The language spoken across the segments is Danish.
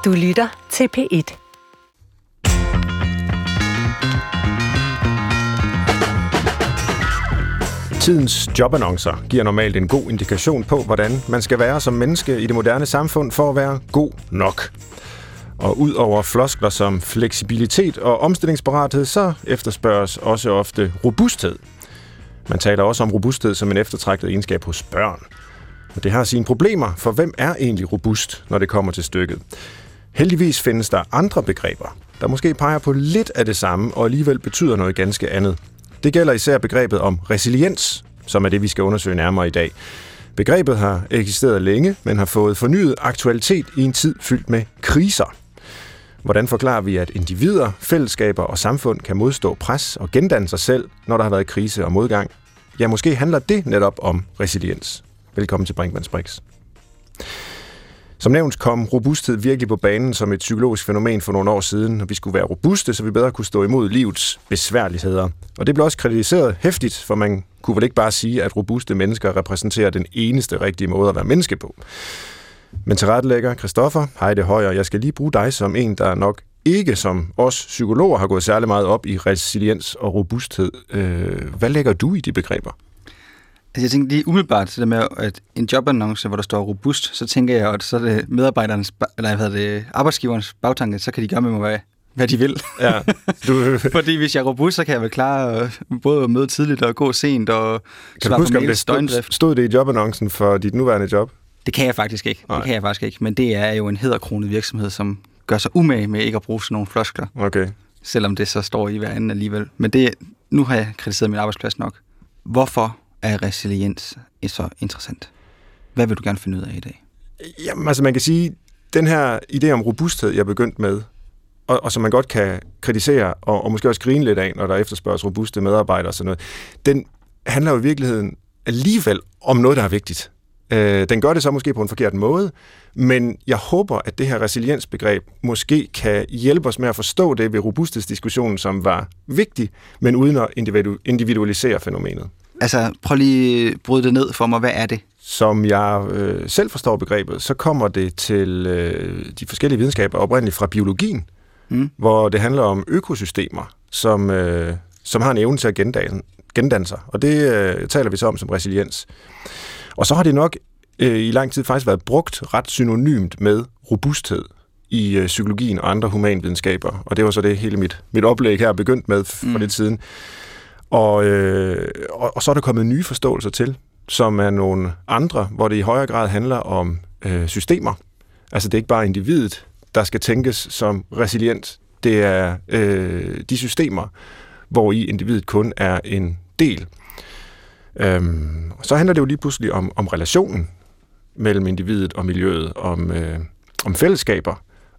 Du lytter til P1. Tidens jobannoncer giver normalt en god indikation på, hvordan man skal være som menneske i det moderne samfund for at være god nok. Og ud over floskler som fleksibilitet og omstillingsparathed, så efterspørges også ofte robusthed. Man taler også om robusthed som en eftertragtet egenskab hos børn. Og det har sine problemer, for hvem er egentlig robust, når det kommer til stykket? Heldigvis findes der andre begreber, der måske peger på lidt af det samme og alligevel betyder noget ganske andet. Det gælder især begrebet om resiliens, som er det, vi skal undersøge nærmere i dag. Begrebet har eksisteret længe, men har fået fornyet aktualitet i en tid fyldt med kriser. Hvordan forklarer vi, at individer, fællesskaber og samfund kan modstå pres og gendanne sig selv, når der har været krise og modgang? Ja, måske handler det netop om resiliens. Velkommen til Brinkmanns Brix. Som nævnt kom robusthed virkelig på banen som et psykologisk fænomen for nogle år siden, og vi skulle være robuste, så vi bedre kunne stå imod livets besværligheder. Og det blev også kritiseret heftigt, for man kunne vel ikke bare sige, at robuste mennesker repræsenterer den eneste rigtige måde at være menneske på. Men tilrettelægger Christoffer Heide Højer, jeg skal lige bruge dig som en, der nok ikke som os psykologer har gået særlig meget op i resiliens og robusthed. Hvad lægger du i de begreber? Altså jeg tænker lige umiddelbart til det med, at en jobannonce, hvor der står robust, så tænker jeg, at så er det medarbejdernes, arbejdsgiverens bagtanke, så kan de gøre med mig, hvad de vil. Ja, Fordi hvis jeg er robust, så kan jeg vel klare både at møde tidligt og gå sent og svare på mails, døgndrift. Stod det i jobannoncen for dit nuværende job? Det kan jeg faktisk ikke. Nej. Det kan jeg faktisk ikke. Men det er jo en hæderkronet virksomhed, som gør sig umage med ikke at bruge sådan nogle floskler. Okay. Selvom det så står i hver anden alligevel. Men nu har jeg kritiseret min arbejdsplads nok. Hvorfor er resiliens så interessant? Hvad vil du gerne finde ud af i dag? Jamen, altså man kan sige, den her idé om robusthed, jeg er begyndt med, og som man godt kan kritisere, og måske også grine lidt af, når der efterspørges robuste medarbejdere og sådan noget, den handler jo i virkeligheden alligevel om noget, der er vigtigt. Den gør det så måske på en forkert måde, men jeg håber, at det her resiliensbegreb måske kan hjælpe os med at forstå det ved robusthedsdiskussionen, som var vigtig, men uden at individualisere fænomenet. Altså, prøv lige at bryde det ned for mig. Hvad er det? Som jeg selv forstår begrebet, så kommer det til de forskellige videnskaber oprindeligt fra biologien, hvor det handler om økosystemer, som har en evne til at gendanne sig. Og det taler vi så om som resiliens. Og så har det nok i lang tid faktisk været brugt ret synonymt med robusthed i psykologien og andre humanvidenskaber. Og det var så det hele mit oplæg her begyndt med for lidt siden. Og så er der kommet nye forståelser til, som er nogle andre, hvor det i højere grad handler om systemer. Altså det er ikke bare individet, der skal tænkes som resilient. Det er de systemer, hvor i individet kun er en del. Så handler det jo lige pludselig om relationen mellem individet og miljøet, om fællesskaber,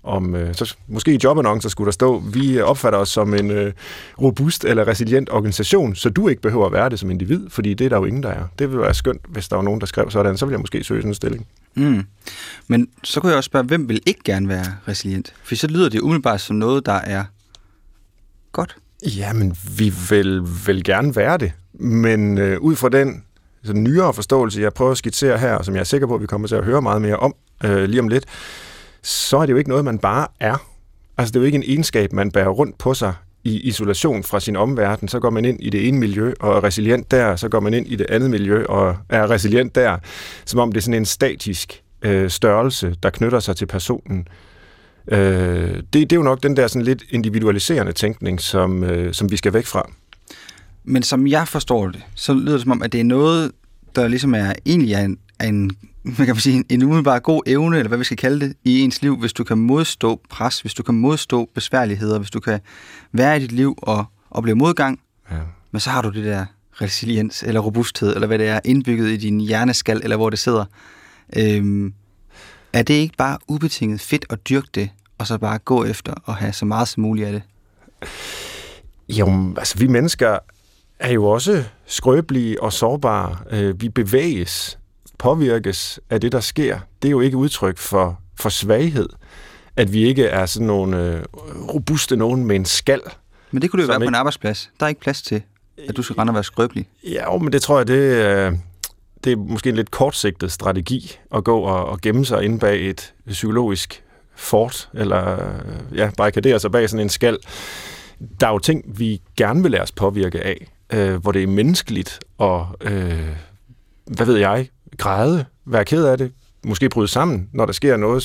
så måske i jobannoncer skulle der stå, vi opfatter os som en robust eller resilient organisation, så du ikke behøver at være det som individ, fordi det er der jo ingen, der er. Det ville være skønt, hvis der var nogen, der skrev sådan, så ville jeg måske søge sådan en stilling. Men så kunne jeg også spørge, hvem vil ikke gerne være resilient? For så lyder det umiddelbart som noget, der er godt. Jamen, vi vil gerne være det, men ud fra den sådan nyere forståelse, jeg prøver at skitsere her, og som jeg er sikker på, at vi kommer til at høre meget mere om lige om lidt, så er det jo ikke noget, man bare er. Altså, det er jo ikke en egenskab, man bærer rundt på sig i isolation fra sin omverden. Så går man ind i det ene miljø og er resilient der, så går man ind i det andet miljø og er resilient der, som om det er sådan en statisk størrelse, der knytter sig til personen. Det er jo nok den der sådan lidt individualiserende tænkning, som vi skal væk fra. Men som jeg forstår det, så lyder det som om, at det er noget, der ligesom egentlig er en hvad kan man sige, en umiddelbart god evne, eller hvad vi skal kalde det, i ens liv, hvis du kan modstå pres, hvis du kan modstå besværligheder, hvis du kan være i dit liv og opleve modgang, men så har du det der resiliens, eller robusthed, eller hvad det er, indbygget i din hjerneskal, eller hvor det sidder. Er det ikke bare ubetinget fedt at dyrke det, og så bare gå efter og have så meget som muligt af det? Jo, altså vi mennesker er jo også skrøbelige og sårbare. Vi bevæges, påvirkes af det, der sker. Det er jo ikke udtryk for svaghed, at vi ikke er sådan nogle robuste nogen med en skal. Men det kunne det jo være på en arbejdsplads. Der er ikke plads til, at du skal rende og være skrøbelig. Ja, men det tror jeg, det er måske en lidt kortsigtet strategi at gå og gemme sig inde bag et psykologisk fort, eller barrikadere sig bag sådan en skal. Der er jo ting, vi gerne vil lade os påvirke af, hvor det er menneskeligt og, græde, være ked af det, måske bryde sammen, når der sker noget,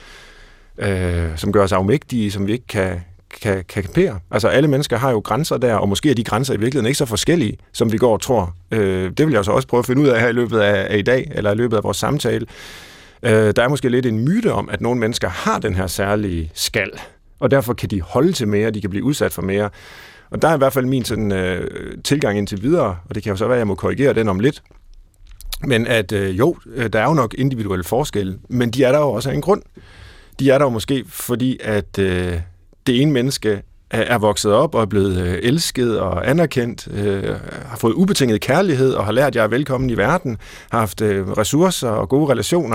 som gør os afmægtige, som vi ikke kan kapere. Altså alle mennesker har jo grænser der, og måske er de grænser i virkeligheden ikke så forskellige, som vi går og tror. Det vil jeg jo så også prøve at finde ud af her i løbet af i dag, eller i løbet af vores samtale. Der er måske lidt en myte om, at nogle mennesker har den her særlige skal, og derfor kan de holde til mere, de kan blive udsat for mere. Og der er i hvert fald min sådan, tilgang indtil videre, og det kan jo så være, at jeg må korrigere den om lidt. Men at der er jo nok individuelle forskelle, men de er der jo også af en grund. De er der jo måske, fordi at det ene menneske er vokset op og er blevet elsket og anerkendt, har fået ubetinget kærlighed og har lært, at jeg er velkommen i verden, har haft ressourcer og gode relationer,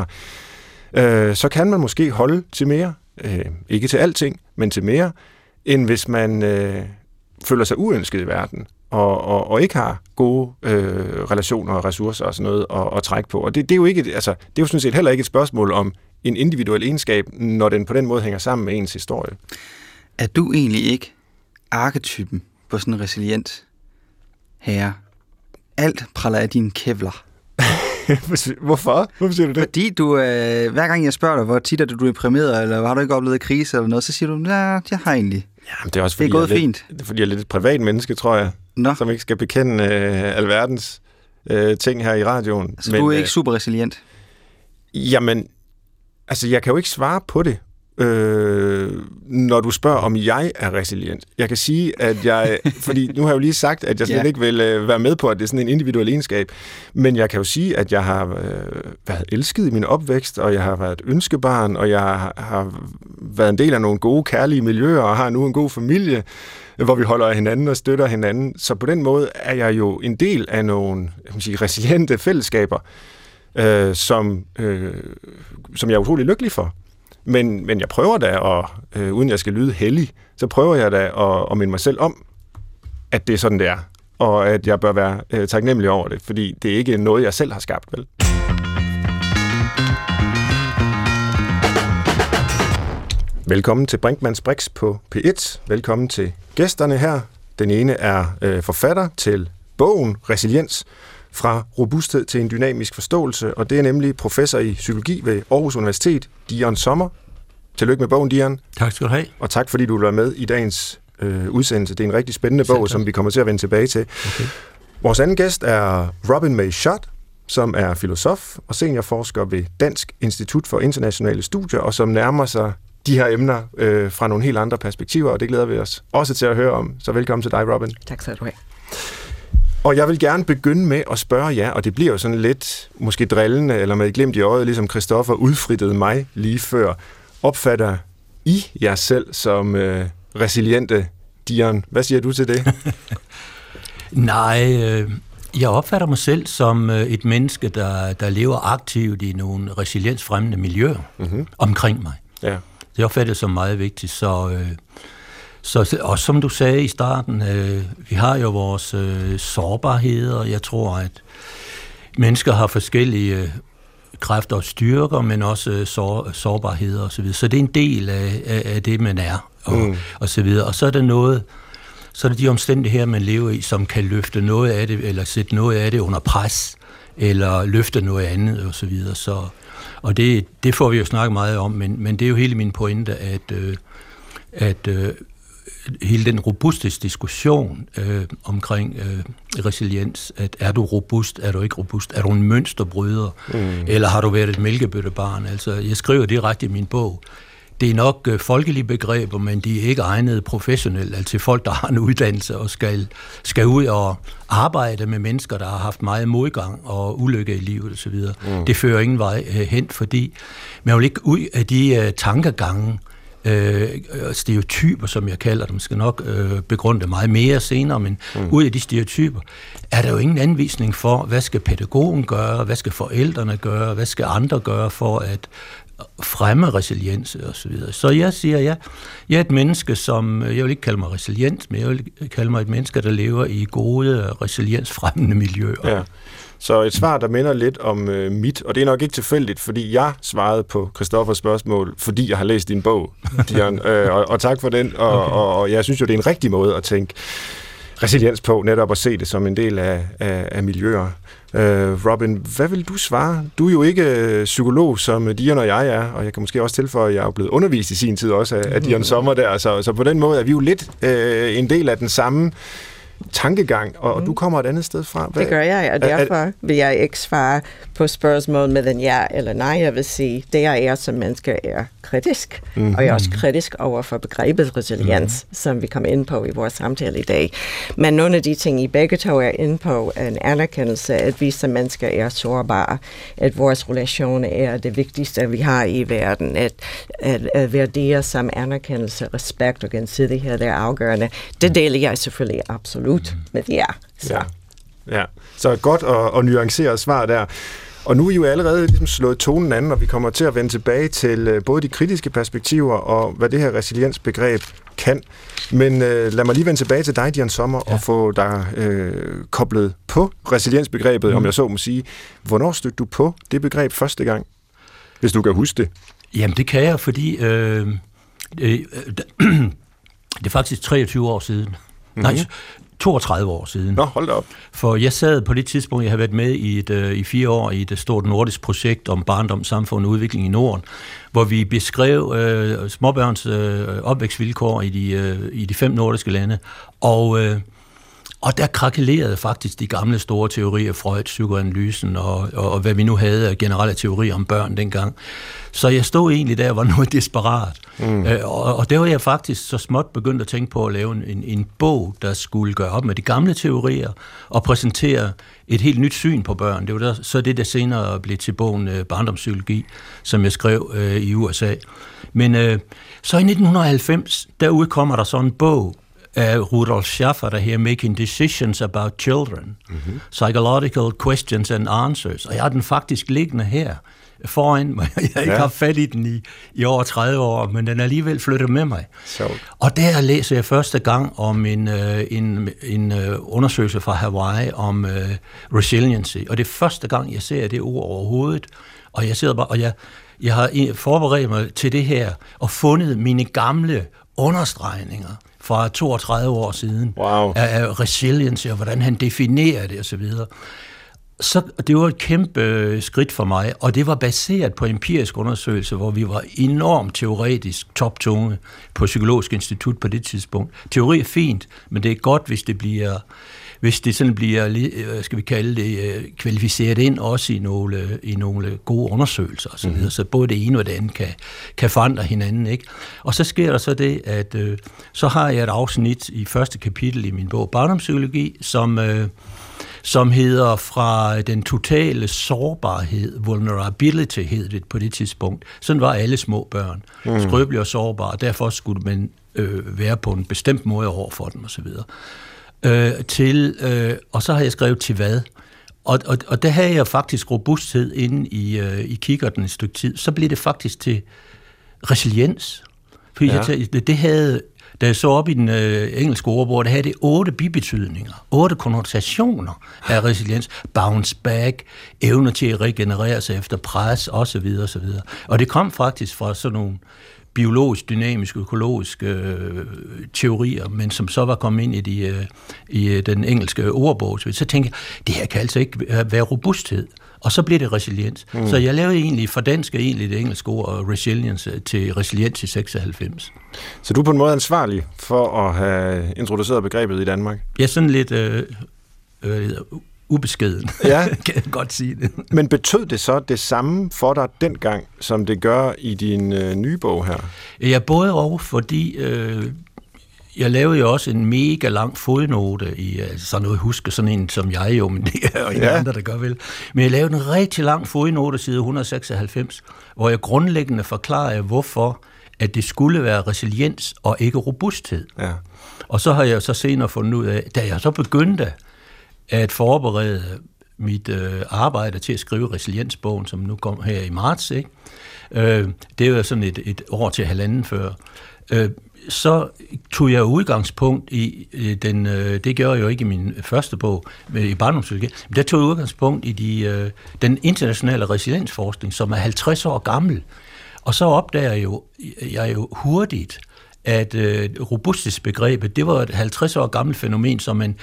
så kan man måske holde til mere. Ikke til alting, men til mere, end hvis man føler sig uønsket i verden og ikke har gode relationer og ressourcer og sådan noget at trække på. Og det er jo ikke, altså, det er jo sådan set heller ikke et spørgsmål om en individuel egenskab, når den på den måde hænger sammen med ens historie. Er du egentlig ikke arketypen på sådan en resilient herre? Alt praller af dine kevlar. Hvorfor? Hvorfor siger du det? Fordi du, hver gang jeg spørger dig, hvor tit er du deprimeret, eller har du ikke oplevet krise eller noget, så siger du, ja, jeg har egentlig. Jamen, det er også fordi, det er gået fint. Det er fordi, jeg er lidt et privat menneske, tror jeg, som ikke skal bekende alverdens ting her i radioen. Så men, du er ikke super resilient? Jamen, altså jeg kan jo ikke svare på det, når du spørger, om jeg er resilient. Jeg kan sige, at jeg, fordi nu har jeg jo lige sagt, at jeg slet ikke vil være med på, at det er sådan en individuel egenskab, men jeg kan jo sige, at jeg har været elsket i min opvækst, og jeg har været et ønskebarn, og jeg har været en del af nogle gode, kærlige miljøer, og har nu en god familie, hvor vi holder af hinanden og støtter hinanden. Så på den måde er jeg jo en del af nogle resiliente fællesskaber, som jeg er utrolig lykkelig for. Men jeg prøver da, uden jeg skal lyde hellig, så prøver jeg da at minde mig selv om, at det er sådan, det er. Og at jeg bør være taknemmelig over det, fordi det er ikke noget, jeg selv har skabt, vel? Velkommen til Brinkmanns Brix på P1. Velkommen til gæsterne her. Den ene er forfatter til bogen Resiliens, fra robusthed til en dynamisk forståelse, og det er nemlig professor i psykologi ved Aarhus Universitet, Dion Sommer. Tillykke med bogen, Dion. Tak skal du have. Og tak, fordi du vil være med i dagens udsendelse. Det er en rigtig spændende bog, som vi kommer til at vende tilbage til. Okay. Vores anden gæst er Robin May Schott, som er filosof og seniorforsker ved Dansk Institut for Internationale Studier, og som nærmer sig de her emner fra nogle helt andre perspektiver, og det glæder vi os også til at høre om. Så velkommen til dig, Robin. Tak skal du have. Og jeg vil gerne begynde med at spørge jer, og det bliver jo sådan lidt måske drillende, eller med et glimt i øjet, ligesom Christoffer udfrittede mig lige før. Opfatter I jer selv som resiliente, Dion? Hvad siger du til det? Nej, jeg opfatter mig selv som et menneske, der lever aktivt i nogle resiliensfremmende miljøer omkring mig. Ja. Det opfatter jeg som meget vigtigt, så og som du sagde i starten, vi har jo vores sårbarheder. Jeg tror, at mennesker har forskellige kræfter og styrker, men også sårbarheder og så videre. Så det er en del af det, man er og så videre. Og så er der noget, så er det de omstændigheder, man lever i, som kan løfte noget af det, eller sætte noget af det under pres, eller løfte noget andet og så videre. Og det får vi jo snakket meget om, men det er jo hele min pointe, at hele den robusthedsdiskussion omkring resiliens, at er du robust, er du ikke robust, er du en mønsterbryder, eller har du været et mælkebøttebarn? Altså, jeg skriver direkte i min bog, det er nok folkelige begreber, men de er ikke egnede professionelt, altså folk, der har en uddannelse og skal ud og arbejde med mennesker, der har haft meget modgang og ulykke i livet osv. Det fører ingen vej hen, fordi man vil ikke ud af de tankegange, stereotyper, som jeg kalder dem, skal nok begrunde det meget mere senere, men ud af de stereotyper er der jo ingen anvisning for, hvad skal pædagogen gøre, hvad skal forældrene gøre, hvad skal andre gøre for at fremme resiliens og så videre. Så jeg siger, jeg er et menneske, som, jeg vil ikke kalde mig resilient, men jeg vil kalde mig et menneske, der lever i gode, resiliensfremmende miljøer. Ja. Så et svar, der minder lidt om mit, og det er nok ikke tilfældigt, fordi jeg svarede på Christoffers spørgsmål, fordi jeg har læst din bog, Dion, og tak for den, og jeg synes jo, det er en rigtig måde at tænke resiliens på, netop at se det som en del af miljøer. Robin, hvad vil du svare? Du er jo ikke psykolog, som Dion og jeg er, og jeg kan måske også tilføje, at jeg er blevet undervist i sin tid også af Dion Sommer der, så på den måde er vi jo lidt en del af den samme tankegang, og du kommer et andet sted fra. Det gør jeg, og derfor vil jeg ikke svare på spørgsmål med en ja eller nej. Jeg vil sige, det jeg er som menneske er kritisk, og jeg er også kritisk over for begrebet resiliens, som vi kommer ind på i vores samtale i dag. Men nogle af de ting, I begge to er inde på, er en anerkendelse, at vi som mennesker er sårbare, at vores relation er det vigtigste, vi har i verden, at værdier som anerkendelse, respekt og gensidighed er afgørende. Det deler jeg selvfølgelig absolut med jer. Ja. Så et godt og nuanceret svar der. Og nu er I jo allerede ligesom slået tonen an, og vi kommer til at vende tilbage til både de kritiske perspektiver og hvad det her resiliensbegreb kan. Men lad mig lige vende tilbage til dig, Dion Sommer, og få dig koblet på resiliensbegrebet, om jeg så må sige. Hvornår stødte du på det begreb første gang, hvis du kan huske det? Jamen, det kan jeg, fordi det er faktisk 23 år siden. Nej, 32 år siden. Nå, hold da op. For jeg sad på det tidspunkt, jeg havde været med i 4 år i et stort nordisk projekt om barndom, samfund og udvikling i Norden, hvor vi beskrev småbørns opvækstvilkår i de 5 nordiske lande. Og der krakelerede faktisk de gamle store teorier, Freud, psykoanalysen og hvad vi nu havde af generelle teorier om børn dengang. Så jeg stod egentlig der og var noget desperat. Og der var jeg faktisk så småt begyndt at tænke på at lave en bog, der skulle gøre op med de gamle teorier og præsentere et helt nyt syn på børn. Det var så det, der senere blev til bogen Barndomspsykologi, som jeg skrev i USA. Men så i 1990, der udkommer der så en bog af Rudolf Schaffer, der her Making Decisions About Children. Psychological Questions and Answers. Og jeg har den faktisk liggende her foran mig. Jeg har ikke haft fat i den i over 30 år, men den er alligevel flyttet med mig. Og der læser jeg første gang om en undersøgelse fra Hawaii om resiliency. Og det er første gang, jeg ser det ord overhovedet. Og jeg sidder bare, og jeg har forberedt mig til det her og fundet mine gamle understregninger fra 32 år siden af resilience og hvordan han definerer det osv. Så det var et kæmpe skridt for mig, og det var baseret på empirisk undersøgelse, hvor vi var enormt teoretisk toptunge på Psykologisk Institut på det tidspunkt. Teori er fint, men det er godt, hvis det sådan bliver, skal vi kalde det, kvalificeret ind også i nogle gode undersøgelser og så videre, så både det ene og det andet kan forandre hinanden, ikke? Og så sker der så det, at så har jeg et afsnit i første kapitel i min bog Barndomspsykologi, som hedder fra den totale sårbarhed, vulnerability hed det på det tidspunkt. Sådan var alle små børn, skrøbelige og sårbare, og derfor skulle man være på en bestemt måde over for dem osv. Og så har jeg skrevet til hvad. Og der havde jeg faktisk robusthed inde i kikkerten et stykke tid. Så blev det faktisk til resiliens. Fordi det havde, da jeg så op i den engelske ordbog, der havde det 8 bibetydninger, 8 konnotationer af resiliens. Bounce back, evne til at regenerere sig efter pres, osv. osv. Og det kom faktisk fra sådan nogle biologisk, dynamisk, økologisk teorier, men som så var kommet ind i den engelske ordbog. Så tænkte jeg, det her kan altså ikke være robusthed. Og så blev det resiliens. Så jeg lavede egentlig, fordanskede egentlig det engelske ord resilience til resiliens i 96. Så du er på en måde ansvarlig for at have introduceret begrebet i Danmark? Jeg er sådan lidt ubeskeden, kan jeg godt sige det. Men betød det så det samme for dig dengang, som det gør i din nye bog her? Ja, både og, fordi jeg lavede jo også en mega lang fodnote i sådan noget, husker sådan en som jeg jo, men det er jo en andre, der gør vel. Men jeg lavede en rigtig lang fodnote side 196, hvor jeg grundlæggende forklarer, hvorfor at det skulle være resiliens og ikke robusthed. Ja. Og så har jeg så senere fundet ud af, da jeg så begyndte at forberede mit arbejde til at skrive resiliensbogen, som nu kom her i marts, ikke? Det er jo sådan et år til halvanden før. så tog jeg udgangspunkt i det gjorde jeg jo ikke i min første bog, i barndomspsykologi, men der tog jeg udgangspunkt i den internationale resiliensforskning, som er 50 år gammel. Og så opdager jeg jo hurtigt, at robusthedsbegrebet, det var et 50 år gammelt fænomen, som man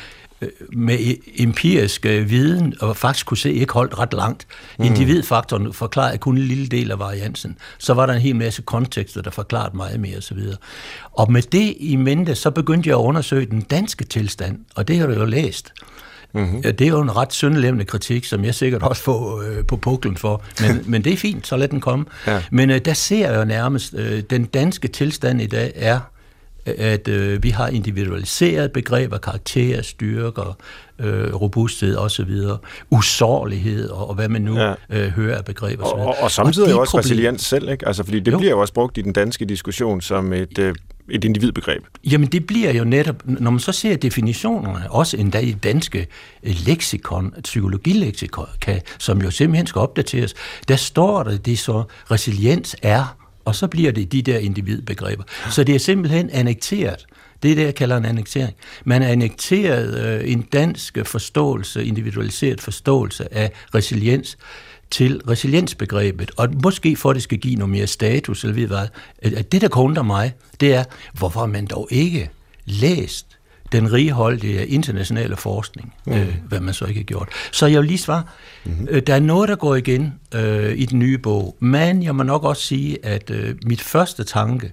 med empirisk viden, og faktisk kunne se, ikke holdt ret langt. Individfaktoren forklarede kun en lille del af variansen. Så var der en hel masse kontekster, der forklarede meget mere osv. Og med det i mente, så begyndte jeg at undersøge den danske tilstand, og det har du jo læst. Mm-hmm. Det er jo en ret sønderlemmende kritik, som jeg sikkert også får på puklen for, men det er fint, så lad den komme. Ja. Men der ser jeg jo nærmest, den danske tilstand i dag er, at vi har individualiseret begreber, karakterer, styrker, robusthed osv., usårlighed og hvad man nu hører af begreber. Og samtidig jo også resiliens selv, ikke? Altså, fordi det bliver jo også brugt i den danske diskussion som et individbegreb. Jamen det bliver jo netop, når man så ser definitionerne, også endda i danske leksikon, psykologileksikon, som jo simpelthen skal opdateres, der står det så, resiliens er, og så bliver det de der individbegreber. Så det er simpelthen annekteret. Det er det, jeg kalder en annektering. Man har annekteret en dansk forståelse, individualiseret forståelse af resiliens til resiliensbegrebet, og måske for, at det skal give noget mere status, eller ved hvad. Det, der undrer mig, det er, hvorfor man dog ikke læst den righoldige internationale forskning, hvad man så ikke har gjort. Så jeg vil lige svare, der er noget, der går igen i den nye bog, men jeg må nok også sige, at mit første tanke,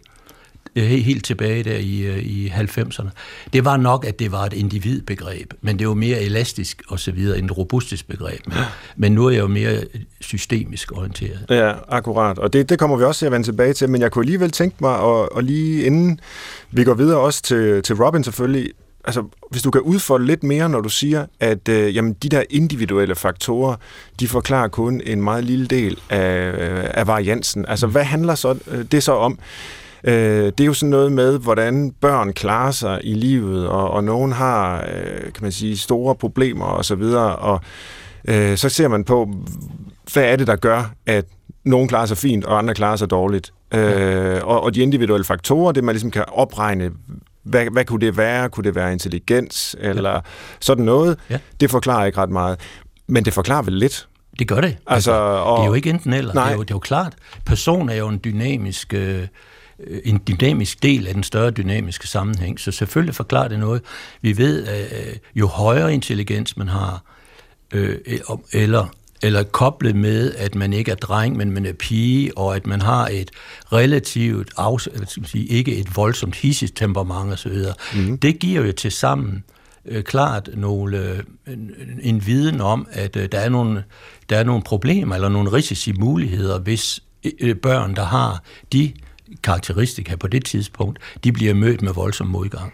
helt tilbage der i 90'erne, det var nok, at det var et individbegreb, men det var mere elastisk og så videre, end et robusthedsbegreb. Men nu er jeg jo mere systemisk orienteret. Ja, akkurat. Og det kommer vi også til at vende tilbage til, men jeg kunne alligevel tænke mig, og lige inden vi går videre også til Robin selvfølgelig, altså, hvis du kan udfolde lidt mere, når du siger, at jamen, de der individuelle faktorer, de forklarer kun en meget lille del af variansen. Altså, hvad handler det så om? Det er jo sådan noget med, hvordan børn klarer sig i livet, og nogen har, kan man sige, store problemer og så videre, og så ser man på, hvad er det, der gør, at nogen klarer sig fint, og andre klarer sig dårligt. Og de individuelle faktorer, det man ligesom kan opregne, hvad kunne det være? Kunne det være intelligens, eller sådan noget? Ja. Det forklarer ikke ret meget. Men det forklarer vel lidt? Det gør det. Altså, det er jo ikke enten eller. Det er jo klart. Person er jo en dynamisk del af den større dynamiske sammenhæng, så selvfølgelig forklarer det noget. Vi ved, at jo højere intelligens man har, eller koblet med, at man ikke er dreng, men man er pige, og at man har et relativt, ikke et voldsomt hidsigt temperament osv., det giver jo til sammen klart en viden om, at der er nogle problemer, eller nogle risici muligheder, hvis børn, der har de karakteristika på det tidspunkt, de bliver mødt med voldsom modgang.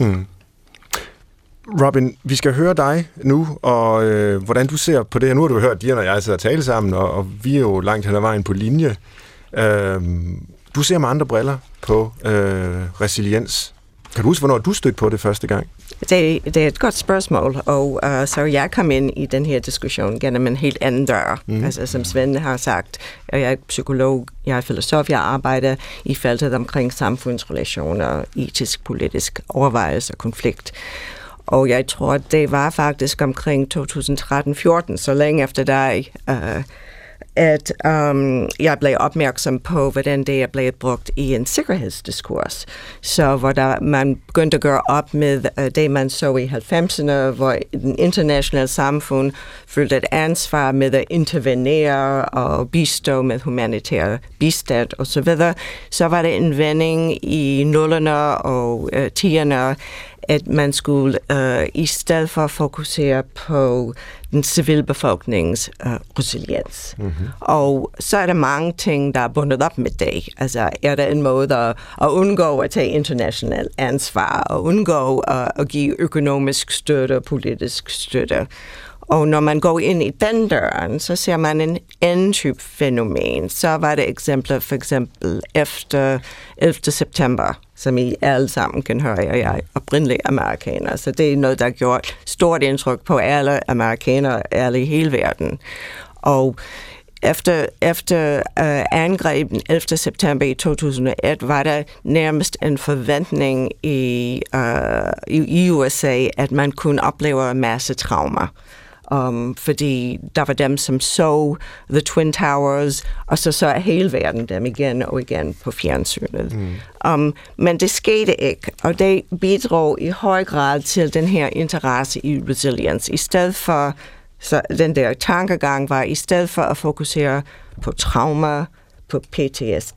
Robin, vi skal høre dig nu, og hvordan du ser på det her. Nu har du hørt Diana og jeg sidder og tale sammen, og vi er jo langt hen ad vejen på linje. Du ser med andre briller på resiliens. Kan du huske, hvornår du stødte på det første gang? Det er et godt spørgsmål, og så jeg kom ind i den her diskussion gennem en helt anden dør. Altså, som Svend har sagt, jeg er psykolog, jeg er filosof, jeg arbejder i feltet omkring samfundsrelationer, etisk-politisk overvejelse og konflikt. Og jeg tror, det var faktisk omkring 2013-14, så længe efter dig, at jeg blev opmærksom på, hvordan det er blevet brugt i en sikkerhedsdiskurs. Så hvor man begyndte at gøre op med det, man så i 90'erne, hvor den internationale samfund følte et ansvar med at intervenere og bistå med humanitær bistand osv. Så var det en vending i 0'erne og 10'erne, at man skulle i stedet for fokusere på den civilbefolkningens resiliens. Og så er der mange ting, der er bundet op med det. Altså er der en måde at undgå at tage international ansvar, og undgå at give økonomisk støtte og politisk støtte. Og når man går ind i den døren, så ser man en anden type fænomen. Så var det eksempler for eksempel efter 11. september, som I alle sammen kan høre, og jeg er oprindelig amerikaner. Så det er noget, der har gjort stort indtryk på alle amerikanere, alle i hele verden. Og efter angrebet 11. september i 2001 var der nærmest en forventning i USA, at man kunne opleve en masse traumer. Fordi der var dem, som så The Twin Towers, og så hele verden dem igen og igen på fjernsynet. Men det skete ikke, og det bidrog i høj grad til den her interesse i resilience. I stedet for, så den der tankegang var, i stedet for at fokusere på trauma, på PTSD,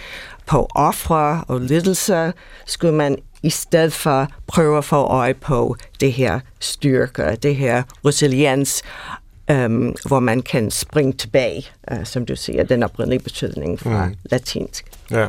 på ofre og lidelser, skulle man i stedet for prøve at få øje på det her styrke, det her resiliens, hvor man kan springe tilbage, som du siger, den oprindelige betydning fra latinsk. Ja.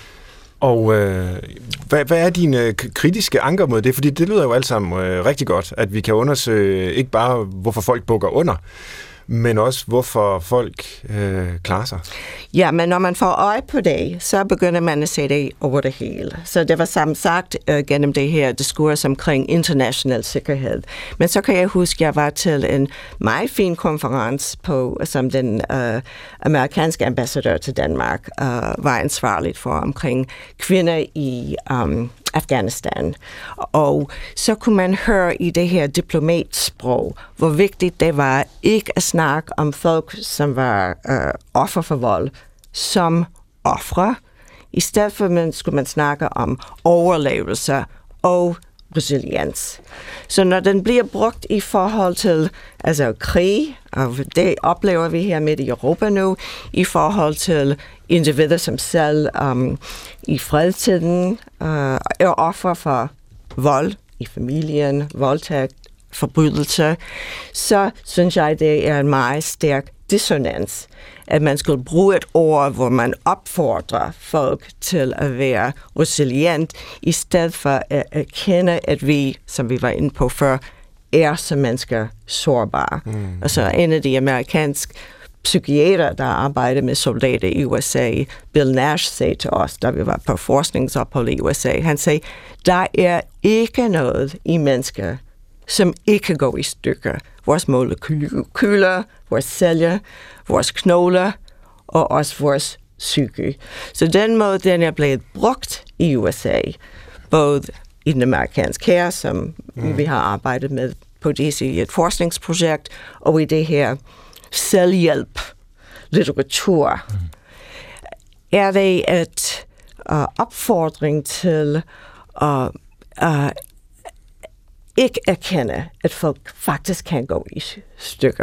Og hvad er dine kritiske anker mod det? Fordi det lyder jo alt sammen rigtig godt, at vi kan undersøge ikke bare, hvorfor folk bukker under, men også hvorfor folk klarer sig. Ja, men når man får øje på det, så begynder man at se det over det hele. Så det var som sagt gennem det her diskurs omkring international sikkerhed. Men så kan jeg huske, at jeg var til en meget fin konference, som den amerikanske ambassadør til Danmark var ansvarligt for, omkring kvinder i Afghanistan. Og så kunne man høre i det her diplomatsprog, hvor vigtigt det var ikke at snakke om folk, som var offer for vold, som ofre. I stedet for skulle man snakke om overlevelse og resiliens. Så når den bliver brugt i forhold til krig, og det oplever vi her midt i Europa nu, i forhold til individer som selv i fredstiden er offer for vold i familien, voldtægt, forbrydelser, så synes jeg, det er en meget stærk dissonans, at man skulle bruge et ord, hvor man opfordrer folk til at være resilient, i stedet for at erkende, at vi, som vi var inde på før, er som mennesker sårbare. Altså en af de amerikanske psykiater, der arbejder med soldater i USA, Bill Nash, sagde til os, da vi var på forskningsophold i USA, han sagde, der er ikke noget i mennesker, som ikke går i stykker. Vores molekyler, vores celler, vores knogler og også vores psyke. Så den måde, den er blevet brugt i USA, både i den amerikanske her, som vi har arbejdet med på DC i et forskningsprojekt, og i det her selvhjælp litteratur, er det et opfordring til at ikke erkende, at folk faktisk kan gå i stykker.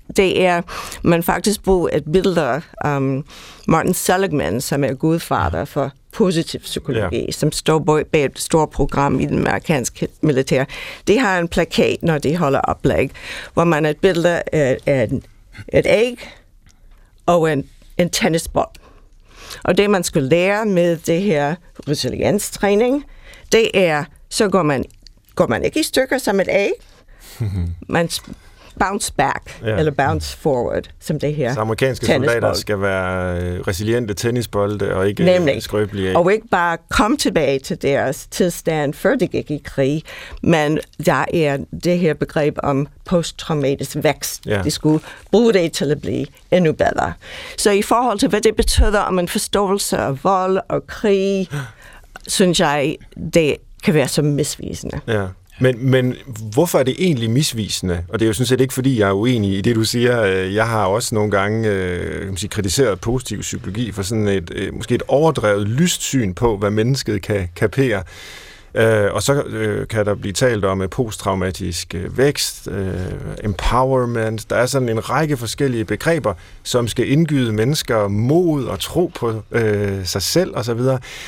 Man faktisk bruger et billede af Martin Seligman, som er gudfader for positiv psykologi, som står bag et stort program i den amerikanske militær. De har en plakat, når de holder oplæg, hvor man har et billede af et æg og en tennisbold. Og det, man skal lære med det her resilienstræning, det er, så går man ikke i stykker som et æg. Man bounce back, eller bounce forward, som det her. Så amerikanske soldater skal være resiliente tennisbolde, og ikke skrøbelige æg. Og ikke bare komme tilbage til deres tilstand, før de gik i krig, men der er det her begreb om posttraumatisk vækst. De skulle bruge det til at blive endnu bedre. Så i forhold til, hvad det betyder om en forståelse af vold og krig, synes jeg, det kan være så misvisende. Ja. Men hvorfor er det egentlig misvisende? Og det er jo sådan set ikke, fordi jeg er uenig i det, du siger. Jeg har også nogle gange kritiseret positiv psykologi for sådan måske et overdrevet lyst syn på, hvad mennesket kan kapere. Og så kan der blive talt om posttraumatisk vækst, empowerment. Der er sådan en række forskellige begreber, som skal indgyde mennesker mod og tro på sig selv osv.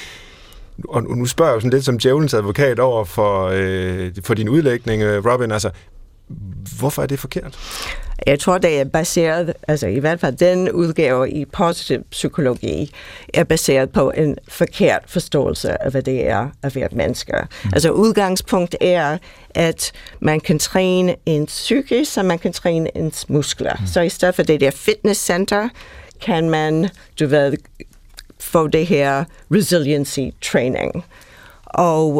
Og nu spørger jeg jo sådan lidt som djævelens advokat over for din udlægning, Robin. Altså, hvorfor er det forkert? Jeg tror, det er baseret, i hvert fald den udgave i positiv psykologi, er baseret på en forkert forståelse af, hvad det er at være mennesker. Udgangspunkt er, at man kan træne en psyke, så man kan træne ens muskler. Så i stedet for det der fitnesscenter, kan man, få det her resiliency training. Og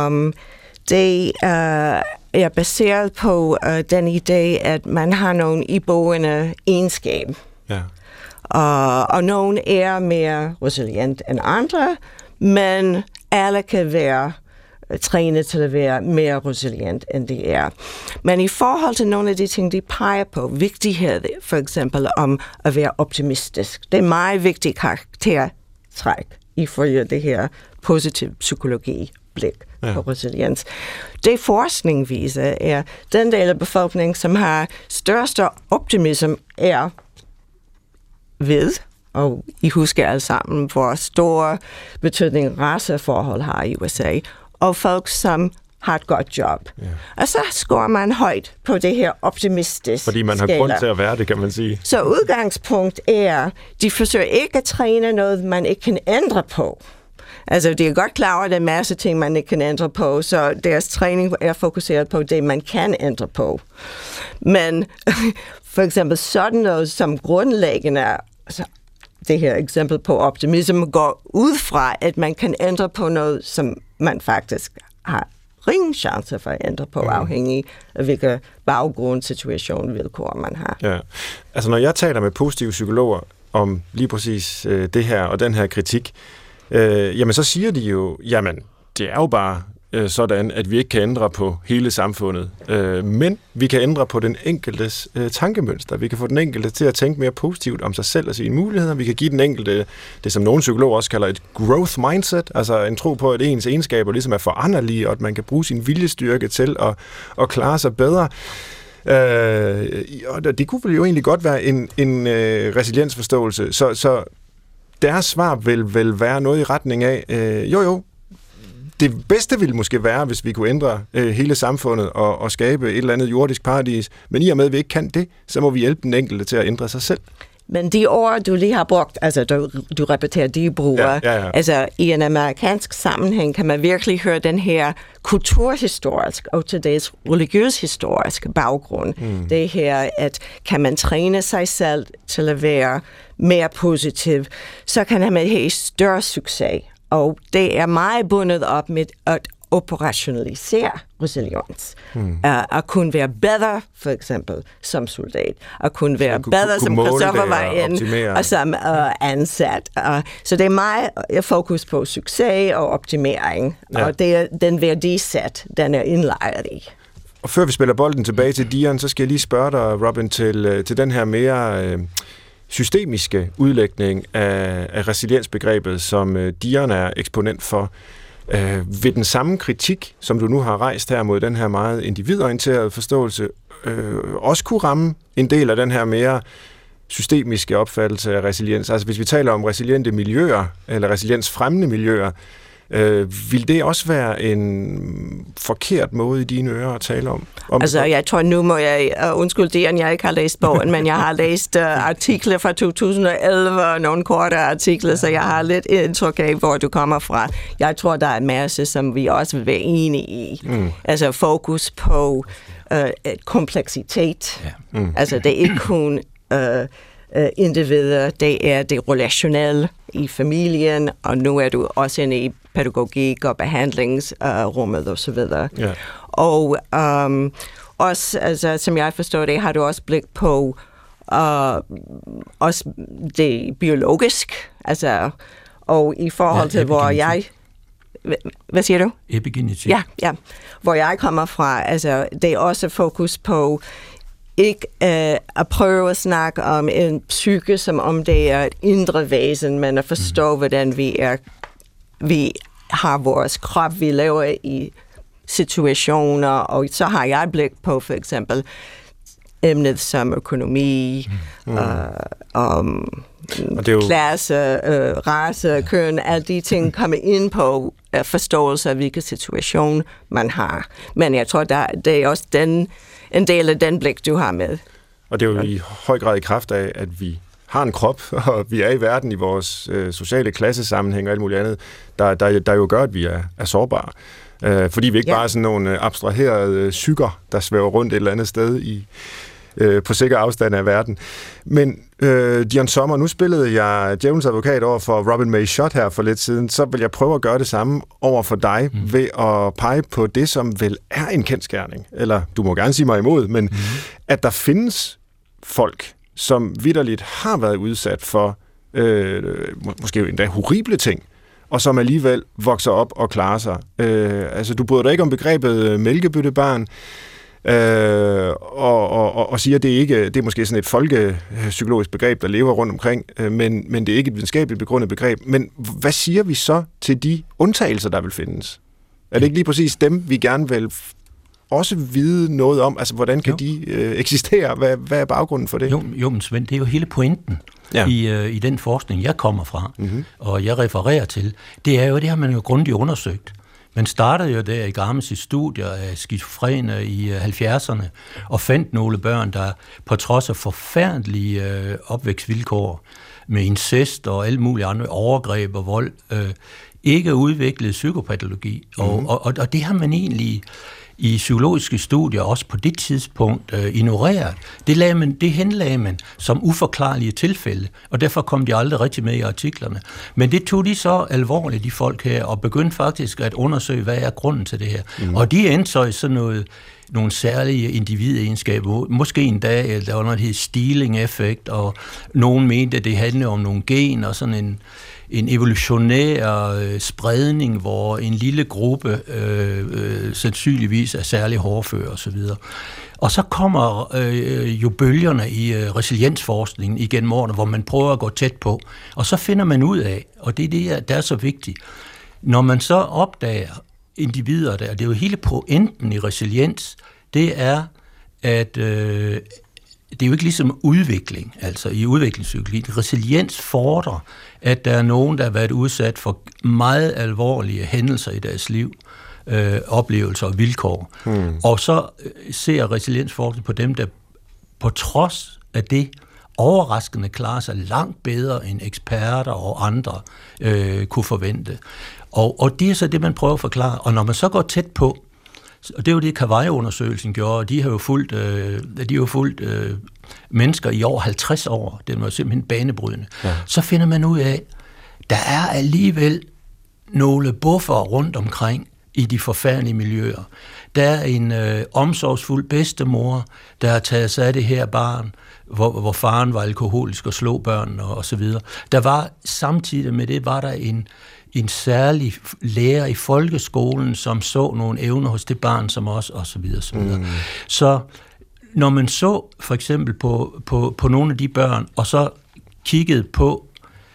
det er baseret på den idé, at man har nogle iboende egenskaber. Ja. Og nogle er mere resilient end andre, men alle kan være trænet til at være mere resilient, end de er. Men i forhold til nogle af de ting, de peger på, vigtighed for eksempel om at være optimistisk, det er meget vigtigt karaktertræk ifølge det her positiv psykologi-blik på resiliens. Det forskning viser er, den del af befolkningen, som har største optimism, er ved, og I husker alle sammen, hvor stor betydning raceforhold har i USA, og folk, som har et godt job. Yeah. Og så scorer man højt på det her optimistiske fordi man har grund til at være det, kan man sige. Så udgangspunkt er, de forsøger ikke at træne noget, man ikke kan ændre på. Altså, de er godt klar over, at der er en masse ting, man ikke kan ændre på, så deres træning er fokuseret på det, man kan ændre på. Men for eksempel sådan noget som grundlæggende, altså, det her eksempel på optimism går ud fra, at man kan ændre på noget, som man faktisk har ingen chance for at ændre på, afhængig af hvilken baggrund, situation, vilkår man har. Ja. Altså, når jeg taler med positive psykologer om lige præcis det her og den her kritik, jamen så siger de jo, jamen det er jo bare sådan, at vi ikke kan ændre på hele samfundet, men vi kan ændre på den enkeltes tankemønster. Vi kan få den enkelte til at tænke mere positivt om sig selv og sine muligheder. Vi kan give den enkelte, det som nogle psykologer også kalder et growth mindset, altså en tro på, at ens egenskaber ligesom er foranderlige, og at man kan bruge sin viljestyrke til at klare sig bedre. Og det kunne jo egentlig godt være en resiliensforståelse. Så deres svar vil være noget i retning af, det bedste ville måske være, hvis vi kunne ændre hele samfundet og skabe et eller andet jordisk paradis, men i og med, at vi ikke kan det, så må vi hjælpe den enkelte til at ændre sig selv. Men de ord, du lige har brugt, altså du repeterer de bruger, altså i en amerikansk sammenhæng kan man virkelig høre den her kulturhistorisk og til dels religiøs-historisk baggrund. Det her, at kan man træne sig selv til at være mere positiv, så kan man have større succes. Og det er meget bundet op med at operationalisere resiliens. At kunne være bedre, for eksempel, som soldat. At kunne være bedre, som Christoffer var inde, og som ansat. Så det er meget fokus på succes og optimering. Ja. Og det er den værdisæt, den er indlejret i. Og før vi spiller bolden tilbage til Dion, så skal jeg lige spørge dig, Robin, til den her mere systemiske udlægning af resiliensbegrebet, som Dion er eksponent for. Ved den samme kritik, som du nu har rejst her mod den her meget individorienterede forståelse, også kunne ramme en del af den her mere systemiske opfattelse af resiliens? Altså hvis vi taler om resiliente miljøer, eller resiliensfremmende miljøer, vil det også være en forkert måde i dine ører at tale om? Altså, jeg tror, nu må jeg undskylde det, at jeg ikke har læst bogen, men jeg har læst artikler fra 2011 og nogle korte artikler, så jeg har lidt indtryk af, hvor du kommer fra. Jeg tror, der er en masse, som vi også vil være enige i. Altså, fokus på kompleksitet. Altså, det er ikke kun individer, det er det relationelle i familien, og nu er du også inde i pædagogik og behandlingsrummet og så videre. Yeah. Og også, altså, som jeg forstår det, har du også blik på også det biologisk, altså, og i forhold til, hvor jeg... Hvad siger du? Epigenetik. Ja. Hvor jeg kommer fra, altså, det er også fokus på ikke at prøve at snakke om en psyke, som om det er et indre væsen, men at forstå, hvordan vi har vores krop, vi lever i situationer, og så har jeg blik på for eksempel emnet som økonomi, klasse, race, køn, alle de ting kommer ind på forståelse af, hvilken situation man har. Men jeg tror, det er også en del af den blik, du har med. Og det er jo i høj grad i kraft af, at vi har en krop, og vi er i verden i vores sociale klassesammenhæng og alt muligt andet, der jo gør, at vi er sårbare. Fordi vi ikke bare er sådan nogle abstraherede psyker, der svæver rundt et eller andet sted på sikker afstand af verden. Men Dion Sommer, nu spillede jeg djævelens advokat over for Robin May Schott her for lidt siden, så vil jeg prøve at gøre det samme over for dig ved at pege på det, som vel er en kendsgerning. Eller du må gerne sige mig imod, men at der findes folk, som vitterligt har været udsat for måske endda horrible ting, og som alligevel vokser op og klarer sig. Altså, du bryder dig ikke om begrebet mælkebøttebarn, og siger, at det er måske sådan et folkepsykologisk begreb, der lever rundt omkring, men det er ikke et videnskabeligt begrundet begreb. Men hvad siger vi så til de undtagelser, der vil findes? Er det ikke lige præcis dem, vi gerne vil også vide noget om? Altså, hvordan kan de eksistere? Hvad er baggrunden for det? Jo, men Svend, det er jo hele pointen i den forskning, jeg kommer fra, og jeg refererer til. Det er jo, det har man jo grundigt undersøgt. Man startede jo der i Garmes studier af skizofrene i 70'erne, og fandt nogle børn, der på trods af forfærdelige opvækstvilkår, med incest og alle mulige andre overgreb og vold, ikke udviklede psykopatologi. Og det har man egentlig i psykologiske studier også på det tidspunkt ignoreret. Det henlagde man som uforklarlige tilfælde, og derfor kom de aldrig rigtig med i artiklerne. Men det tog de så alvorligt, de folk her, og begyndte faktisk at undersøge, hvad er grunden til det her. Og de endte så i sådan nogle særlige individegenskaber, måske endda, der var noget, der hed Stealing-effekt, og nogen mente, at det handlede om nogle gener, og sådan en evolutionær spredning, hvor en lille gruppe sandsynligvis er særlig hårdføre osv. Og så kommer jo bølgerne i resiliensforskningen igennem årene, hvor man prøver at gå tæt på. Og så finder man ud af, og det er det, der er så vigtigt, når man så opdager individer der, det er jo hele pointen i resiliens, det er, at det er jo ikke ligesom udvikling, altså i udviklingspsykologi. Resiliens fordrer, at der er nogen, der har været udsat for meget alvorlige hændelser i deres liv, oplevelser og vilkår. Og så ser resiliensforskning på dem, der på trods af det overraskende klarer sig langt bedre end eksperter og andre kunne forvente. Og det er så det, man prøver at forklare. Og når man så går tæt på, og det er jo det, Cavallo-undersøgelsen gjorde, og de har jo fulgt mennesker i over 50 år, det var simpelthen banebrydende, så finder man ud af, der er alligevel nogle buffer rundt omkring i de forfærdelige miljøer. Der er en omsorgsfuld bedstemor, der har taget sig af det her barn, hvor faren var alkoholisk og slog børnene og så videre. Der var samtidig med det, var der en særlig lærer i folkeskolen, som så nogle evner hos det barn som os, og så videre, så videre. Så når man så for eksempel på nogle af de børn, og så kiggede på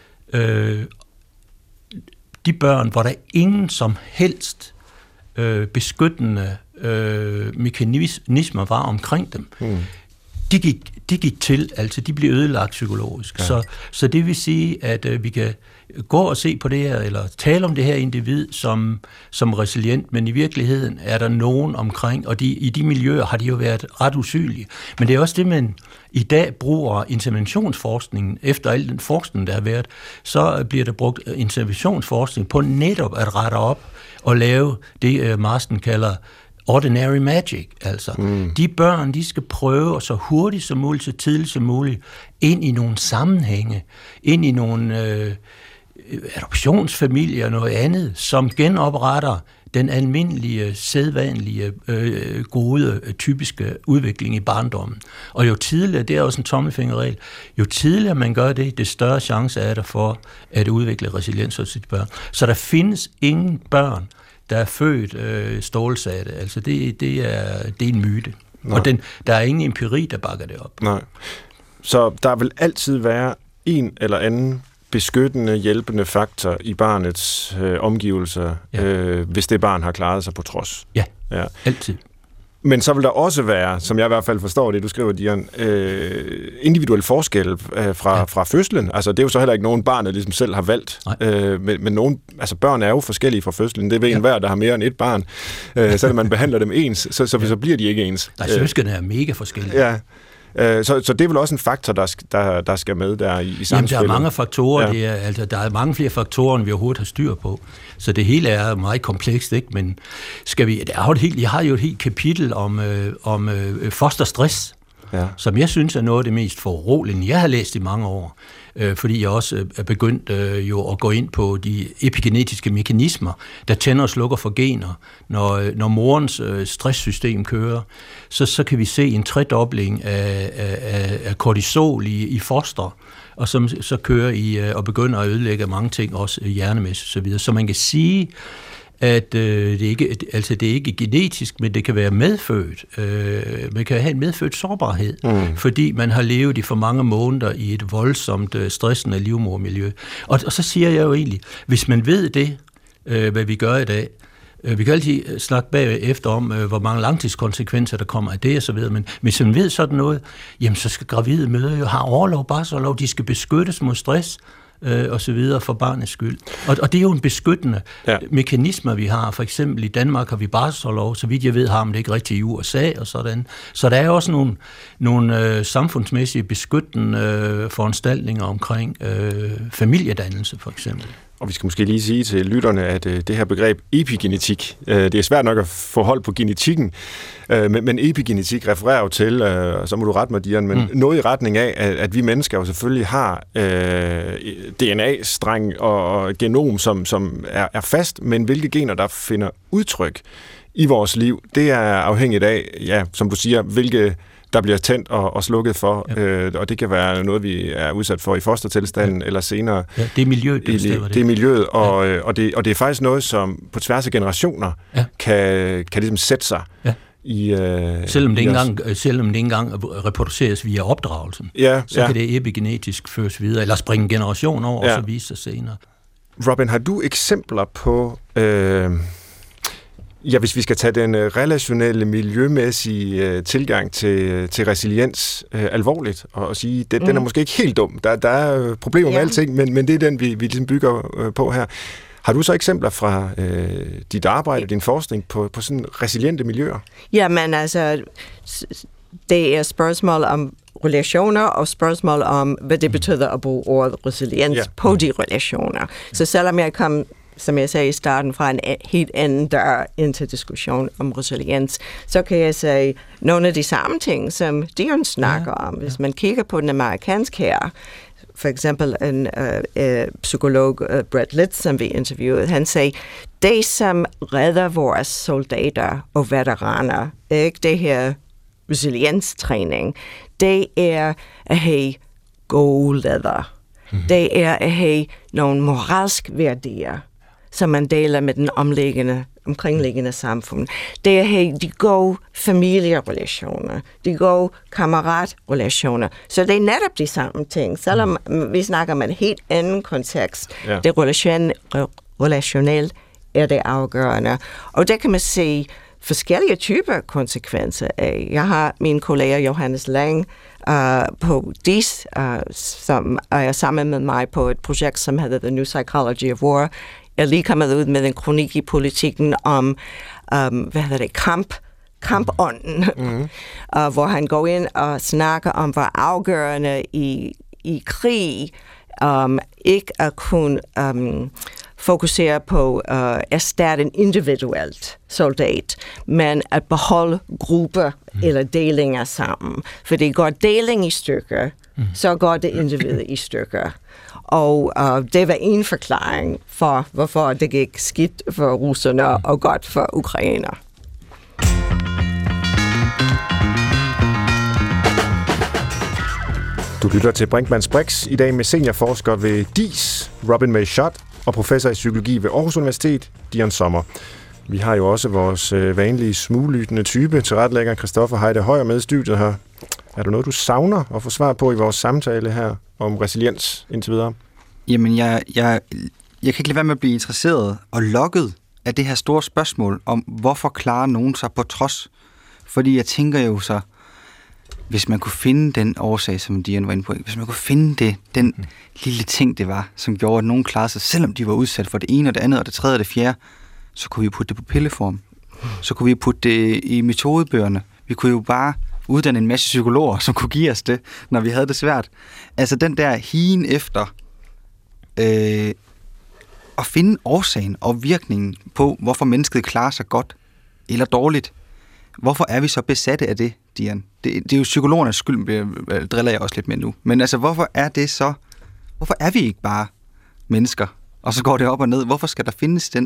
de børn, hvor der ingen som helst beskyttende mekanismer var omkring dem, de gik til, altså de blev ødelagt psykologisk. Ja. Så det vil sige, at vi kan gå og se på det her, eller tale om det her individ som resilient, men i virkeligheden er der nogen omkring, og i de miljøer har de jo været ret usynlige. Men det er også det, man i dag bruger interventionsforskningen, efter al den forskning, der har været, så bliver der brugt interventionsforskning på netop at rette op og lave det, Marston kalder ordinary magic, altså. De børn, de skal prøve så hurtigt som muligt, så tidligt som muligt, ind i nogle sammenhænge, ind i nogle adoptionsfamilier og noget andet, som genopretter den almindelige, sædvanlige, gode, typiske udvikling i barndommen. Og jo tidligere, det er også en tommelfingerregel, jo tidligere man gør det, det større chance er der for at udvikle resiliens hos sit børn. Så der findes ingen børn, der er født stålsatte. Altså det er en myte. Nej. Og der er ingen empiri, der bakker det op. Nej. Så der vil altid være en eller anden beskyttende, hjælpende faktor i barnets omgivelser, hvis det barn har klaret sig på trods. Ja, altid. Men så vil der også være, som jeg i hvert fald forstår det, du skriver, Dion, individuel forskel fra fødslen. Altså, det er jo så heller ikke nogen barn, der ligesom selv har valgt. Men nogen, altså børn er jo forskellige fra fødslen. Det ved enhver, der har mere end et barn. Så man behandler dem ens, så bliver de ikke ens. Nej, søskende er mega forskellige. Ja. Så det er vel også en faktor, der skal med der i samspillet? Jamen, der er mange faktorer. Ja. Der er mange flere faktorer, end vi overhovedet har styr på. Så det hele er meget komplekst, ikke? Men jeg har jo et helt kapitel om fosterstress, som jeg synes er noget af det mest foruroligende, jeg har læst i mange år. fordi jeg også er begyndt jo at gå ind på de epigenetiske mekanismer, der tænder og slukker for gener. Når morens stresssystem kører, så kan vi se en tredobling af kortisol i foster, og som så kører og begynder at ødelægge mange ting, også hjernemæssigt og så videre. Så man kan sige, at det er ikke genetisk, men det kan være medfødt. Man kan have en medfødt sårbarhed, fordi man har levet i for mange måneder i et voldsomt stressende livmodermiljø. Og så siger jeg jo egentlig, hvis man ved det, hvad vi gør i dag, vi kan altid snakke bagefter om, hvor mange langtidskonsekvenser der kommer af det og så videre, men hvis man ved sådan noget, jamen så skal gravide mødre jo have orlov, barselorlov, de skal beskyttes mod stress, og så videre for barnets skyld. Og det er jo en beskyttende mekanisme, vi har. For eksempel i Danmark har vi barselsorlov, så vidt jeg ved, har man det ikke rigtig i USA og sådan. Så der er også nogle samfundsmæssige beskyttende foranstaltninger omkring familiedannelse, for eksempel. Og vi skal måske lige sige til lytterne, at det her begreb epigenetik, det er svært nok at få hold på genetikken, men epigenetik refererer jo til, så må du rette mig, Dian, men noget i retning af, at vi mennesker jo selvfølgelig har DNA-streng og genom, som er fast, men hvilke gener, der finder udtryk i vores liv, det er afhængigt af, ja, som du siger, hvilke der bliver tændt og slukket for, og det kan være noget, vi er udsat for i fostertilstanden eller senere. Ja, det er miljøet, der bestemmer det. Det er miljøet, og det er faktisk noget, som på tværs af generationer kan ligesom sætte sig. Ja. Selvom det ikke engang reproduceres via opdragelsen, så kan det epigenetisk føres videre, eller springe en generation over, og så vise sig senere. Robin, har du eksempler på... hvis vi skal tage den relationelle, miljømæssige tilgang til resiliens alvorligt, og sige, den er måske ikke helt dum. Der er problemer med alting, men det er den, vi ligesom bygger på her. Har du så eksempler fra dit arbejde, din forskning på sådan resiliente miljøer? Jamen altså, det er spørgsmål om relationer og spørgsmål om, hvad det betyder at bruge ordet resiliens på de relationer. Så selvom jeg kom, som jeg sagde i starten, fra en helt anden dør ind til diskussion om resiliens, så kan jeg sige nogle af de samme ting, som Dion snakker om. Hvis man kigger på den amerikanske her, for eksempel en psykolog, Brett Litz, som vi interviewede, han sagde, det som redder vores soldater og veteraner, ikke det her resilienstræning, det er at have gode leder. Det er at have nogle moralske værdier, som man deler med den omkringliggende samfund. Det er at have de gode familierelationer, de gode kammeратрelationer. Så det er netop de samme ting, selvom vi snakker om en helt anden kontekst. Det relationelt er det afgørende. Og der kan man se forskellige typer konsekvenser af. Jeg har min kollega Johannes Lang på DIS, som er sammen med mig på et projekt, som hedder The New Psychology of War. Jeg er lige kommet ud med en kronik i Politikken om, kampånden, hvor han går ind og snakker om, hvor afgørende i krig ikke at kunne fokusere på at erstatte en individuelt soldat, men at beholde grupper eller delinger sammen. For det går deling i stykker, så går det individ i stykker. Og det var en forklaring for, hvorfor det gik skidt for russerne og godt for ukrainer. Du lytter til Brinkmanns Brix i dag med seniorforsker ved DIS, Robin May Schott, og professor i psykologi ved Aarhus Universitet, Dion Sommer. Vi har jo også vores vanlige smuglytende type, tilrettelægger Christoffer Heide Højer med i studiet her. Er der noget, du savner at få svar på i vores samtale her om resiliens indtil videre? Jamen, jeg kan ikke lade være med at blive interesseret og lokket af det her store spørgsmål om, hvorfor klarer nogen sig på trods? Fordi jeg tænker jo så, hvis man kunne finde den årsag, som Dian var inde på, hvis man kunne finde den lille ting, det var, som gjorde, at nogen klarede sig, selvom de var udsat for det ene og det andet og det tredje og det fjerde, så kunne vi putte det på pilleform. Så kunne vi putte det i metodebøgerne. Vi kunne jo bare uddanne en masse psykologer, som kunne give os det, når vi havde det svært. Altså den der higen efter at finde årsagen og virkningen på, hvorfor mennesket klarer sig godt eller dårligt. Hvorfor er vi så besatte af det, Dian? Det er jo psykologernes skyld, driller jeg også lidt med nu. Men altså, hvorfor er det så Hvorfor er vi ikke bare mennesker? Og så går det op og ned. Hvorfor skal der findes den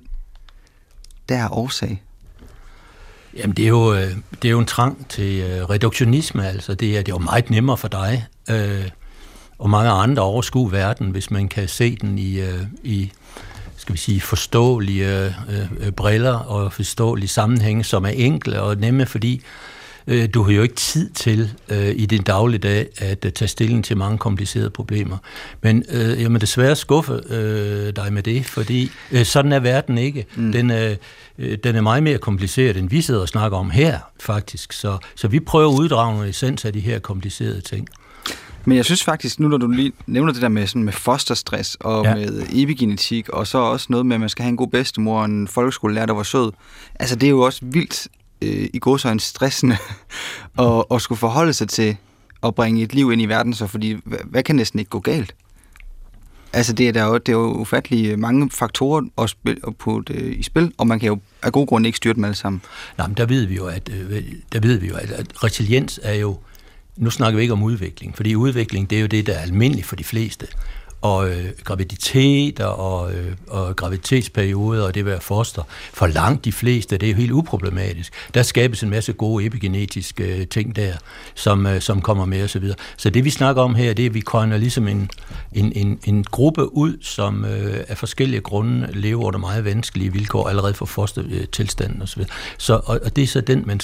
der årsag? Jamen, det er jo en trang til reduktionisme, altså. Det er jo meget nemmere for dig og mange andre at overskue verden, hvis man kan se den i skal vi sige, forståelige briller og forståelige sammenhænge, som er enkle og nemme, fordi du har jo ikke tid til i din dagligdag at tage stilling til mange komplicerede problemer. Men jeg må desværre skuffe dig med det, fordi sådan er verden ikke. Den er meget mere kompliceret, end vi sidder og snakker om her, faktisk. Så vi prøver at uddrage en essens af de her komplicerede ting. Men jeg synes faktisk, nu når du lige nævner det der med fosterstress og med epigenetik, og så også noget med, at man skal have en god bedstemor og en folkeskolelærer, der var sød. Altså, det er jo også vildt i godsøjne stressende at skulle forholde sig til at bringe et liv ind i verden, så fordi hvad kan næsten ikke gå galt? Altså, det er jo ufattelig mange faktorer at putte i spil, og man kan jo af god grund ikke styre dem alle sammen. Nej, men der ved vi jo, at resiliens er jo. Nu snakker vi ikke om udvikling, fordi udvikling, det er jo det, der er almindeligt for de fleste. Og graviditet og graviditetsperioder og det at være foster, for langt de fleste, det er jo helt uproblematisk. Der skabes en masse gode epigenetiske ting der, som kommer med osv. Så det, vi snakker om her, det er, at vi køjner ligesom en gruppe ud, som af forskellige grunde lever under meget vanskelige vilkår, allerede for fostertilstanden osv. Og det er så den,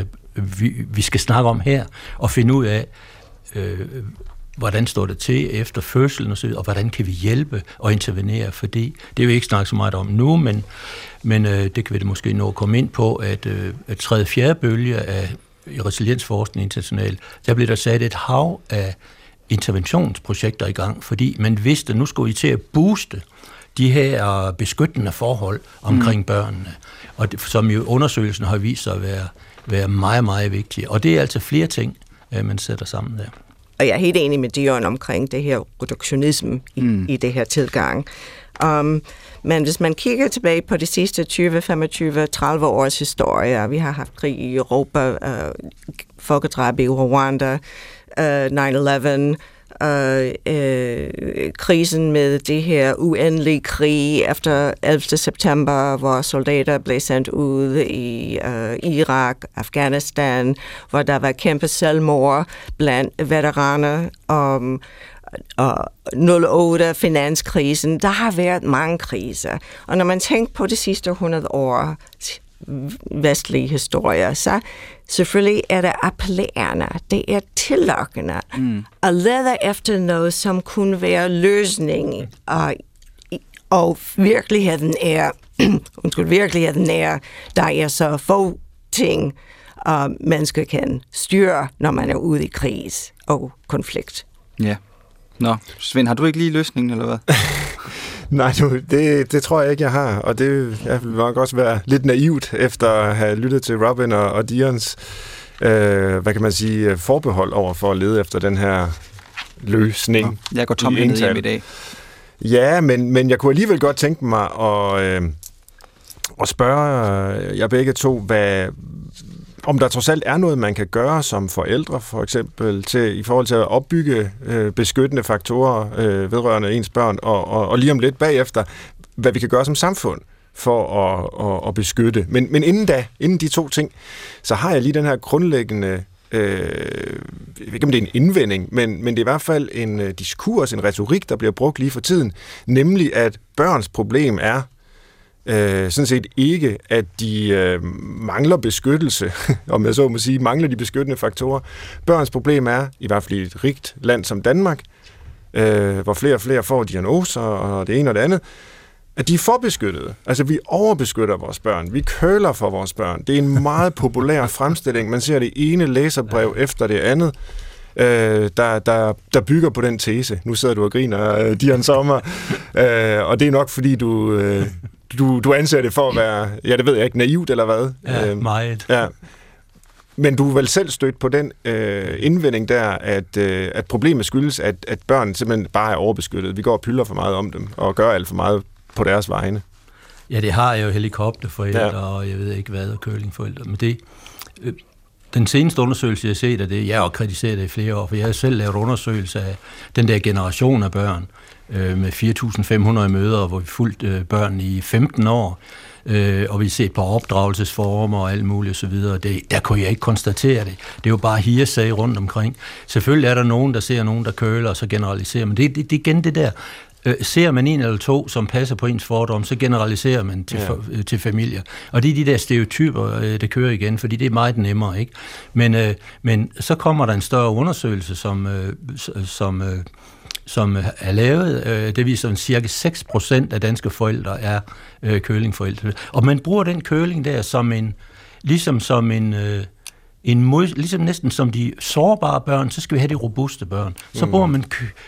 vi skal snakke om her, og finde ud af, hvordan står det til efter fødslen og hvordan kan vi hjælpe og intervenere, fordi det vil vi ikke snakke så meget om nu, men det kan vi da måske nå at komme ind på, at 3. og 4. bølge af resiliensforskning internationalt, der blev der sat et hav af interventionsprojekter i gang, fordi man vidste, at nu skulle I til at booste de her beskyttende forhold omkring børnene, og som jo undersøgelsen har vist sig at være meget, meget vigtige. Og det er altså flere ting, man sætter sammen der. Og jeg er helt enig med Dion omkring det her reduktionisme i det her tilgang. Men hvis man kigger tilbage på de sidste 20, 25, 30 års historie, vi har haft krig i Europa, folkedrab i Rwanda, 9/11, krisen med det her uendelige krig efter 11. september, hvor soldater blev sendt ud i Irak, Afghanistan, hvor der var kæmpe selvmord blandt veteraner, og 08 finanskrisen. Der har været mange kriser. Og når man tænker på de sidste 100 år vestlige historier, så selvfølgelig er det appellerende, det er tillokkende at lede efter noget, som kunne være løsning, og virkeligheden er, der er så få ting, mennesker kan styre, når man er ude i krig og konflikt. Ja. Nå, Svend, har du ikke lige løsningen, eller hvad? Nej, det tror jeg ikke, jeg har, og det vil nok også være lidt naivt, efter at have lyttet til Robin og Dions, hvad kan man sige, forbehold over for at lede efter den her løsning. Jeg går tomhændet hjem i dag. Ja, men jeg kunne alligevel godt tænke mig at spørge jer begge to, om der trods alt er noget, man kan gøre som forældre, for eksempel i forhold til at opbygge beskyttende faktorer vedrørende ens børn, og lige om lidt bagefter, hvad vi kan gøre som samfund for at beskytte. Men inden de to ting, så har jeg lige den her grundlæggende, jeg ved ikke om det er en indvending, men det er i hvert fald en diskurs, en retorik, der bliver brugt lige for tiden, nemlig at børns problem er, sådan set ikke, at de mangler beskyttelse, om jeg så må sige, mangler de beskyttende faktorer. Børns problem er, i hvert fald i et rigt land som Danmark, hvor flere og flere får diagnoser og det ene og det andet, at de er forbeskyttede. Altså, vi overbeskytter vores børn. Vi køler for vores børn. Det er en meget populær fremstilling. Man ser det ene læserbrev efter det andet, der bygger på den tese. Nu sidder du og griner, Dion Sommer, og det er nok, fordi du anser det for at være, ja, det ved jeg ikke, naivt eller hvad? Ja, meget. Ja. Men du er vel selv stødt på den indvending der, at problemet skyldes, at børn simpelthen bare er overbeskyttet. Vi går og pylder for meget om dem, og gør alt for meget på deres vegne. Ja, det har jeg jo helikopterforældre, og jeg ved ikke hvad, og curlingforældre. Men den seneste undersøgelse, jeg har set af det, jeg har kritiseret det i flere år, for jeg har selv lavet undersøgelser af den der generation af børn, med 4.500 møder, hvor vi fulgte børn i 15 år, og vi set på opdragelsesformer og alt muligt osv. Der kunne jeg ikke konstatere det. Det er jo bare hearsay rundt omkring. Selvfølgelig er der nogen, der ser nogen, der køler, og så generaliserer, men det er igen det der. Ser man en eller to, som passer på ens fordom, så generaliserer man til familier. Og det er de der stereotyper, der kører igen, fordi det er meget nemmere, ikke? Men så kommer der en større undersøgelse, som er lavet. Det viser, at cirka 6% af danske forældre er kølingforældre. Og man bruger den køling der som ligesom næsten som de sårbare børn, så skal vi have de robuste børn. Så bruger man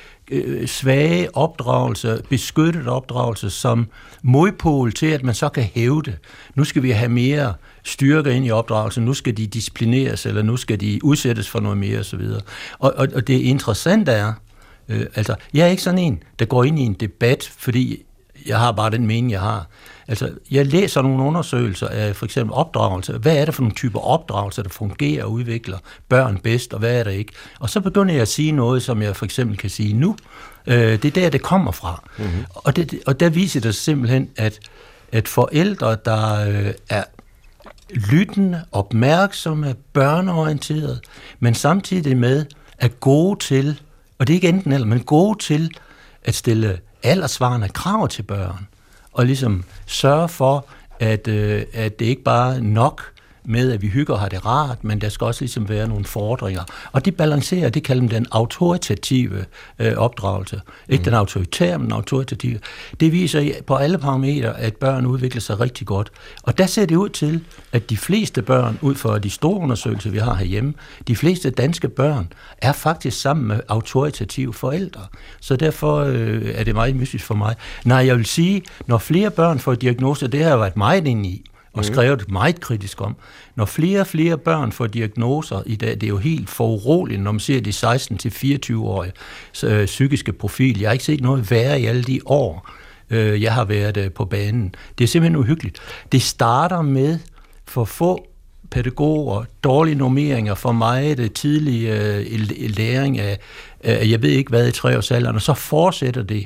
svage opdragelse, beskyttet opdragelse som modpol til, at man så kan hævde. Nu skal vi have mere styrke ind i opdragelsen, nu skal de disciplineres, eller nu skal de udsættes for noget mere osv. Og det interessante er, altså, jeg er ikke sådan en, der går ind i en debat, fordi jeg har bare den mening, jeg har. Altså, jeg læser nogle undersøgelser af for eksempel opdragelse. Hvad er det for nogle typer opdragelse, der fungerer og udvikler børn bedst, og hvad er der ikke? Og så begynder jeg at sige noget, som jeg for eksempel kan sige nu. Det er der, det kommer fra. Mm-hmm. Og der viser det simpelthen, at forældre, der er lyttende, opmærksomme, børneorienterede, men samtidig med er gode til, og det er ikke enten eller, men gode til at stille alderssvarende krav til børn, og ligesom sørge for, at det ikke bare er nok med, at vi hygger og har det rart, men der skal også ligesom være nogle fordringer. Og det balancerer, det kalder man den autoritative opdragelse. Ikke den autoritære, men den autoritative. Det viser på alle parametre, at børn udvikler sig rigtig godt. Og der ser det ud til, at de fleste børn, ud fra de store undersøgelser, vi har herhjemme, de fleste danske børn, er faktisk sammen med autoritative forældre. Så derfor er det meget mystisk for mig. Nej, jeg vil sige, når flere børn får diagnoser, det har jeg været meget inde i, og skrevet meget kritisk om. Når flere og flere børn får diagnoser i dag, det er jo helt foruroligt, når man ser de 16-24-årige psykiske profil. Jeg har ikke set noget værre i alle de år, jeg har været på banen. Det er simpelthen uhyggeligt. Det starter med for få pædagoger, dårlige normeringer, for mig det tidlige læring af, jeg ved ikke hvad, i 3-årsalderen, og så fortsætter det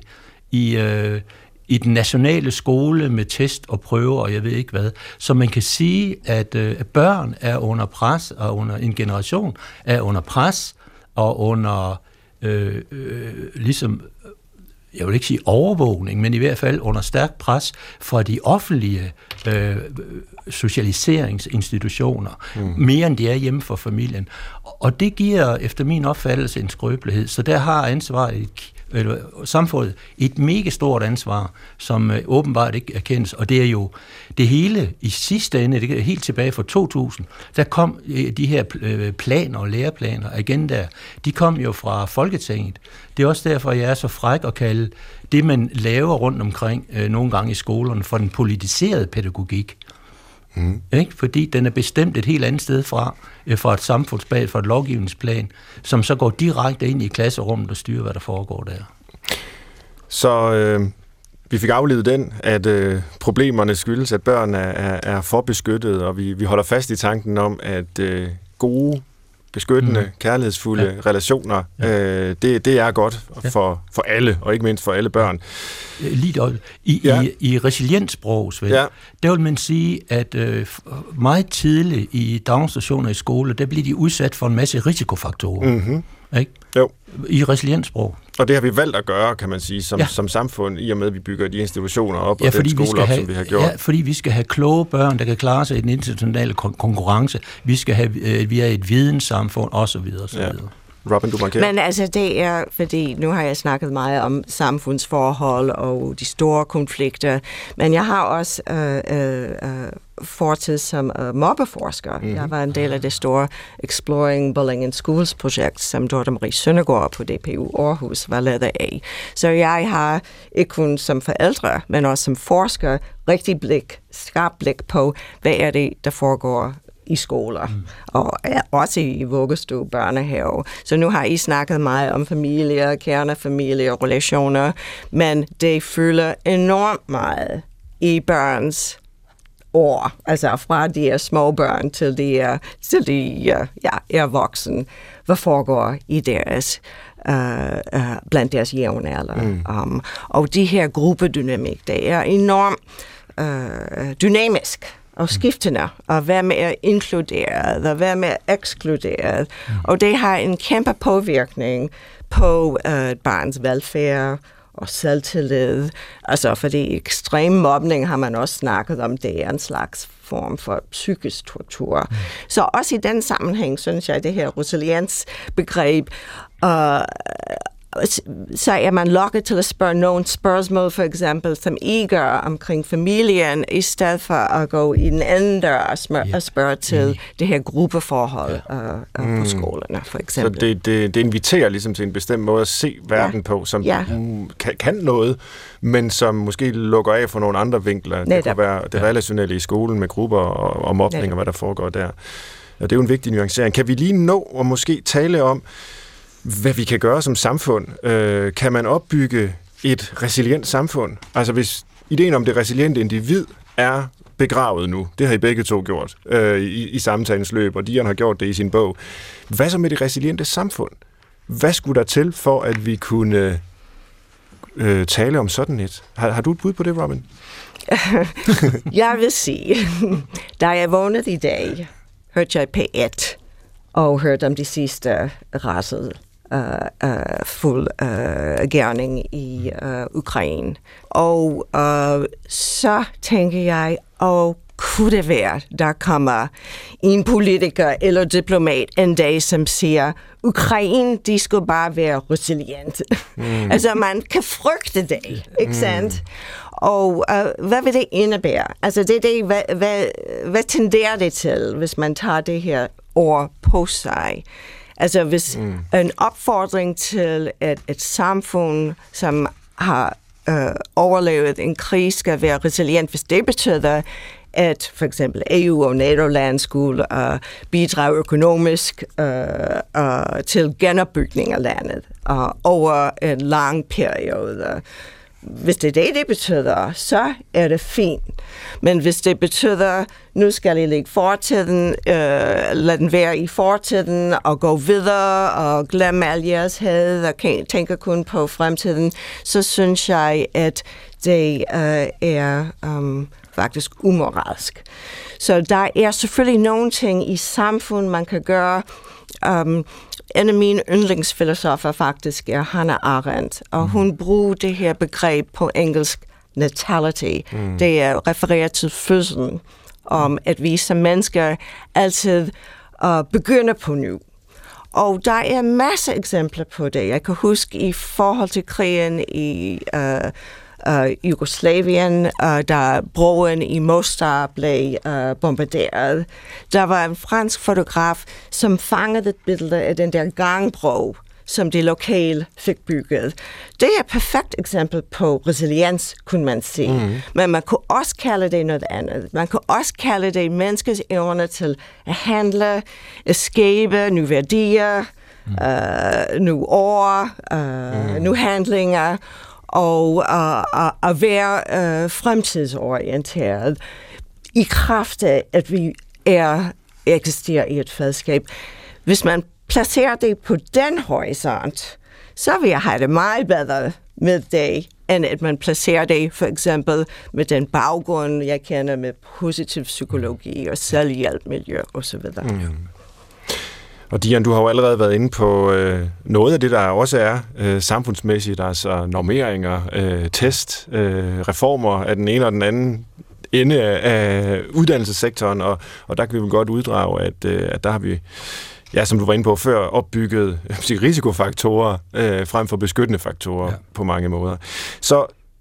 i den nationale skole med test og prøver, og jeg ved ikke hvad. Så man kan sige, at børn er under pres, og under en generation er under pres, og under ligesom, jeg vil ikke sige overvågning, men i hvert fald under stærk pres fra de offentlige socialiseringsinstitutioner, mere end de er hjemme for familien. Og det giver efter min opfattelse en skrøbelighed, så der har ansvaret samfundet et mega stort ansvar, som åbenbart ikke erkendes, og det er jo det hele i sidste ende, det er helt tilbage fra 2000, der kom de her planer og læreplaner, agendaer, de kom jo fra Folketinget. Det er også derfor, jeg er så fræk at kalde det, man laver rundt omkring nogle gange i skolerne, for den politiserede pædagogik. Ikke? Fordi den er bestemt et helt andet sted fra et samfundsplan, fra et lovgivningsplan, som så går direkte ind i klasserummet og styrer, hvad der foregår der. Så vi fik aflevet den, at problemerne skyldes, at børn er for beskyttet, og vi holder fast i tanken om, at gode, beskyttende, kærlighedsfulde relationer, det er godt for alle, og ikke mindst for alle børn. I resilienssprog, der vil man sige, at meget tidligt i daginstitutioner i skole, der bliver de udsat for en masse risikofaktorer. Ikke? Jo. I resilienssprog. Og det har vi valgt at gøre, kan man sige, som samfund, i og med, at vi bygger de institutioner op, og den skole op, som vi har gjort. Ja, fordi vi skal have kloge børn, der kan klare sig i den internationale konkurrence. Vi er et videnssamfund, osv. Ja. Robin, du markerer. Men altså, det er, fordi nu har jeg snakket meget om samfundsforhold og de store konflikter, men jeg har også fortid som mobbeforsker. Jeg var en del af det store Exploring Bullying in Schools-projekt, som Dorte Marie Søndergaard på DPU Aarhus var leder af. Så jeg har ikke kun som forældre, men også som forsker rigtig skarpt blik på, hvad er det, der foregår i skoler, og også i vuggestue, børnehave. Så nu har I snakket meget om familier, kernefamilier, relationer, men det fylder enormt meget i børns år, altså fra de er små børn til de er voksen. Hvad foregår i deres blandt deres jævnaldrende? Og de her gruppedynamik, det er enormt dynamisk og skiftende, og hvad med at inkludere, og hvad med at ekskludere. Og det har en kæmpe påvirkning på et barns velfærd og selvtillid. Altså, fordi ekstrem mobning har man også snakket om, det er en slags form for psykisk tortur. Så også i den sammenhæng, synes jeg, det her resiliensbegreb, så er man lokket til at spørge nogle spørgsmål, for eksempel, som I gør omkring familien, i stedet for at gå i den anden dør og spørge til det her gruppeforhold på skolerne, for eksempel. Så det inviterer ligesom til en bestemt måde at se verden på, som kan noget, men som måske lukker af for nogle andre vinkler. Det kan være det relationelle i skolen med grupper og mobning og hvad der foregår der. Og det er jo en vigtig nuancering. Kan vi lige nå og måske tale om, hvad vi kan gøre som samfund? Kan man opbygge et resilient samfund? Altså hvis ideen om det resiliente individ er begravet nu, det har I begge to gjort i samtalens løb, og Dian har gjort det i sin bog. Hvad så med det resiliente samfund? Hvad skulle der til for, at vi kunne tale om sådan et? Har du et bud på det, Robin? Jeg vil sige, da jeg vågnede i dag, hørte jeg P1 og hørte om de sidste rasede fuld gerning i Ukraine. Og så tænker jeg, kunne det være, der kommer en politiker eller diplomat en dag, som siger, Ukraine, de skulle bare være resilient. Altså, man kan frygte det, ikke sandt? Og hvad vil det indebære? Altså, hvad tenderer det til, hvis man tager det her ord på sig? Altså, hvis en opfordring til et samfund, som har overlevet en krig, skal være resilient, hvis det betyder, at for eksempel EU og NATO-land skulle bidrage økonomisk til genopbygning af landet over en lang periode. Hvis det er det betyder, så er det fint. Men hvis det betyder, nu skal I lægge fortiden, lad den være i fortiden, og gå videre, og glemme al jeres had, og tænke kun på fremtiden, så synes jeg, at det er faktisk umoralsk. Så der er selvfølgelig nogle ting i samfundet, man kan gøre. En af mine yndlingsfilosofer faktisk er Hannah Arendt, og hun bruger det her begreb på engelsk natality. Det er refereret til fødslen, om at vi som mennesker altid begynder på ny. Og der er masser af eksempler på det. Jeg kan huske i forhold til krigen i Jugoslavien, da broen i Mostar blev bombarderet. Der var en fransk fotograf, som fangede et billede af den der gangbro, som de lokale fik bygget. Det er et perfekt eksempel på resiliens, kunne man sige. Men man kunne også kalde det noget andet. Man kunne også kalde det menneskets evne til at handle, at skabe nye værdier, nye ord, nye handlinger, og at være fremtidsorienteret i kraft af, at vi eksisterer i et fællesskab. Hvis man placerer det på den horisont, så vil jeg have det meget bedre med det, end at man placerer det for eksempel med den baggrund, jeg kender med positiv psykologi og selvhjælpmiljø osv. Og Dian, du har jo allerede været inde på noget af det, der også er samfundsmæssigt, altså normeringer, test, reformer af den ene og den anden ende af uddannelsessektoren, og der kan vi vel godt uddrage, at der har vi, som du var inde på før, opbygget risikofaktorer frem for beskyttende faktorer på mange måder. Så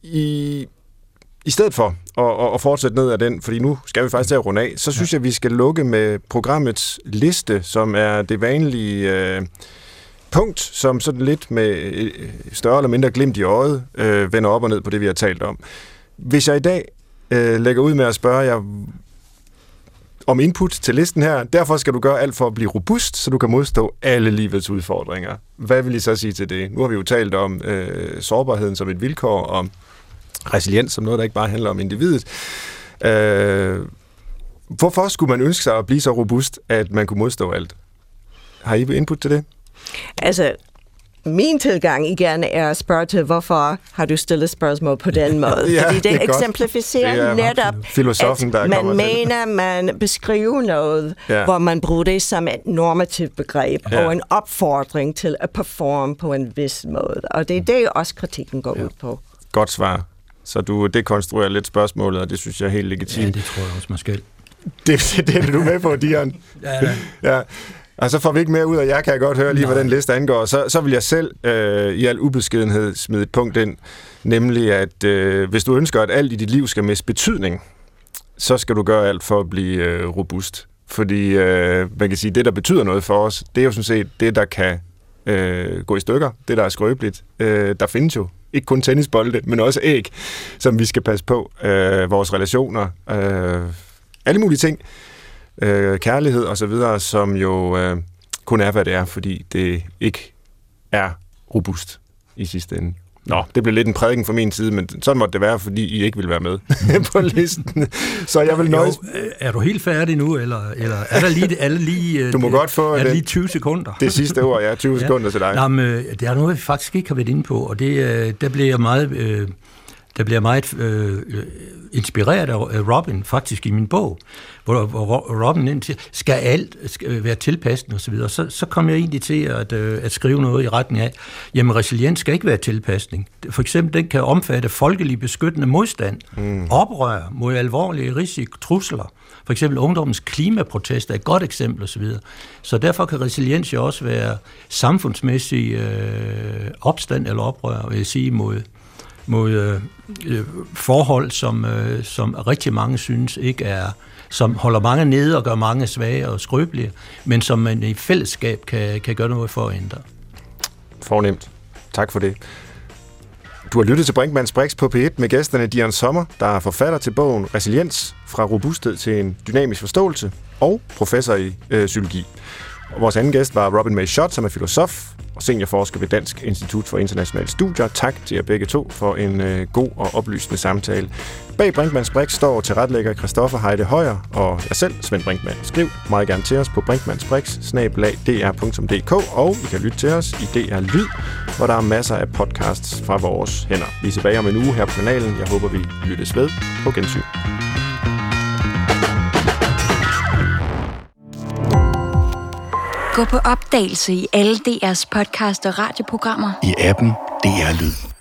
i stedet for at fortsætte ned ad den, fordi nu skal vi faktisk til at runde af, så synes jeg, vi skal lukke med programmets liste, som er det vanlige punkt, som sådan lidt med større eller mindre glimt i øjet vender op og ned på det, vi har talt om. Hvis jeg i dag lægger ud med at spørge jer om input til listen her, derfor skal du gøre alt for at blive robust, så du kan modstå alle livets udfordringer. Hvad vil I så sige til det? Nu har vi jo talt om sårbarheden som et vilkår, om resiliens som noget, der ikke bare handler om individet. Hvorfor skulle man ønske sig at blive så robust, at man kunne modstå alt? Har I input til det? Altså, min tilgang igen er at spørge til, hvorfor har du stillet spørgsmål på den måde? Ja, fordi det eksemplificerer netop, filosofen, at man mener, man beskriver noget, hvor man bruger det som et normativt begreb, og en opfordring til at performe på en vis måde. Og det er det, også kritikken går ud på. Godt svar. Så du dekonstruerer lidt spørgsmålet, og det synes jeg er helt legitimt. Ja, det tror jeg også, man skal. Det er du med på, Dion. Ja. Og så får vi ikke mere ud af jer, kan jeg godt høre lige, hvad den liste angår. Så vil jeg selv i al ubeskedenhed smide et punkt ind, nemlig at hvis du ønsker, at alt i dit liv skal miste betydning, så skal du gøre alt for at blive robust. Fordi man kan sige, det, der betyder noget for os, det er jo sådan set det, der kan gå i stykker, det, der er skrøbeligt. Der findes jo ikke kun tennisbolde, men også æg, som vi skal passe på. Vores relationer, alle mulige ting. Kærlighed og så videre, som jo kun er, hvad det er, fordi det ikke er robust i sidste ende. Nå, det blev lidt en prædiken fra min side, men sådan måtte det være, fordi I ikke ville være med på listen. Så jeg vil nøjes... Er du helt færdig nu, eller er der lige du må godt få lige 20 sekunder? Det sidste ord, 20 sekunder til dig. Nå, men, det er noget, vi faktisk ikke har været inde på, og det, der bliver jeg meget inspireret af Robin, faktisk i min bog, hvor Robin skal alt være tilpasset og så videre. Så kom jeg egentlig til at skrive noget i retning af, jamen resiliens skal ikke være tilpasning. For eksempel, den kan omfatte folkelig beskyttende modstand, oprør mod alvorlige risici, trusler. For eksempel ungdommens klimaprotester er et godt eksempel osv. Så derfor kan resiliens jo også være samfundsmæssig opstand eller oprør, vil jeg sige, mod forhold, som rigtig mange synes ikke er, som holder mange nede og gør mange svage og skrøbelige, men som man i fællesskab kan gøre noget for at ændre. Fornemt. Tak for det. Du har lyttet til Brinkmanns Brix på P1 med gæsterne Dion Sommer, der er forfatter til bogen Resiliens, fra robusthed til en dynamisk forståelse, og professor i psykologi. Og vores anden gæst var Robin May Schott, som er filosof og seniorforsker ved Dansk Institut for Internationale Studier. Tak til jer begge to for en god og oplysende samtale. Bag Brinkmanns Brix står tilrettelægger Christoffer Heide Højer og jeg selv, Svend Brinkmann. Skriv meget gerne til os på brinkmannsbrix@dr.dk, og I kan lytte til os i DR Lyd, hvor der er masser af podcasts fra vores hænder. Vi er tilbage om en uge her på kanalen. Jeg håber, vi lyttes ved. På gensyn. Gå på opdagelse i alle DR's podcast og radioprogrammer. I appen DR Lyd.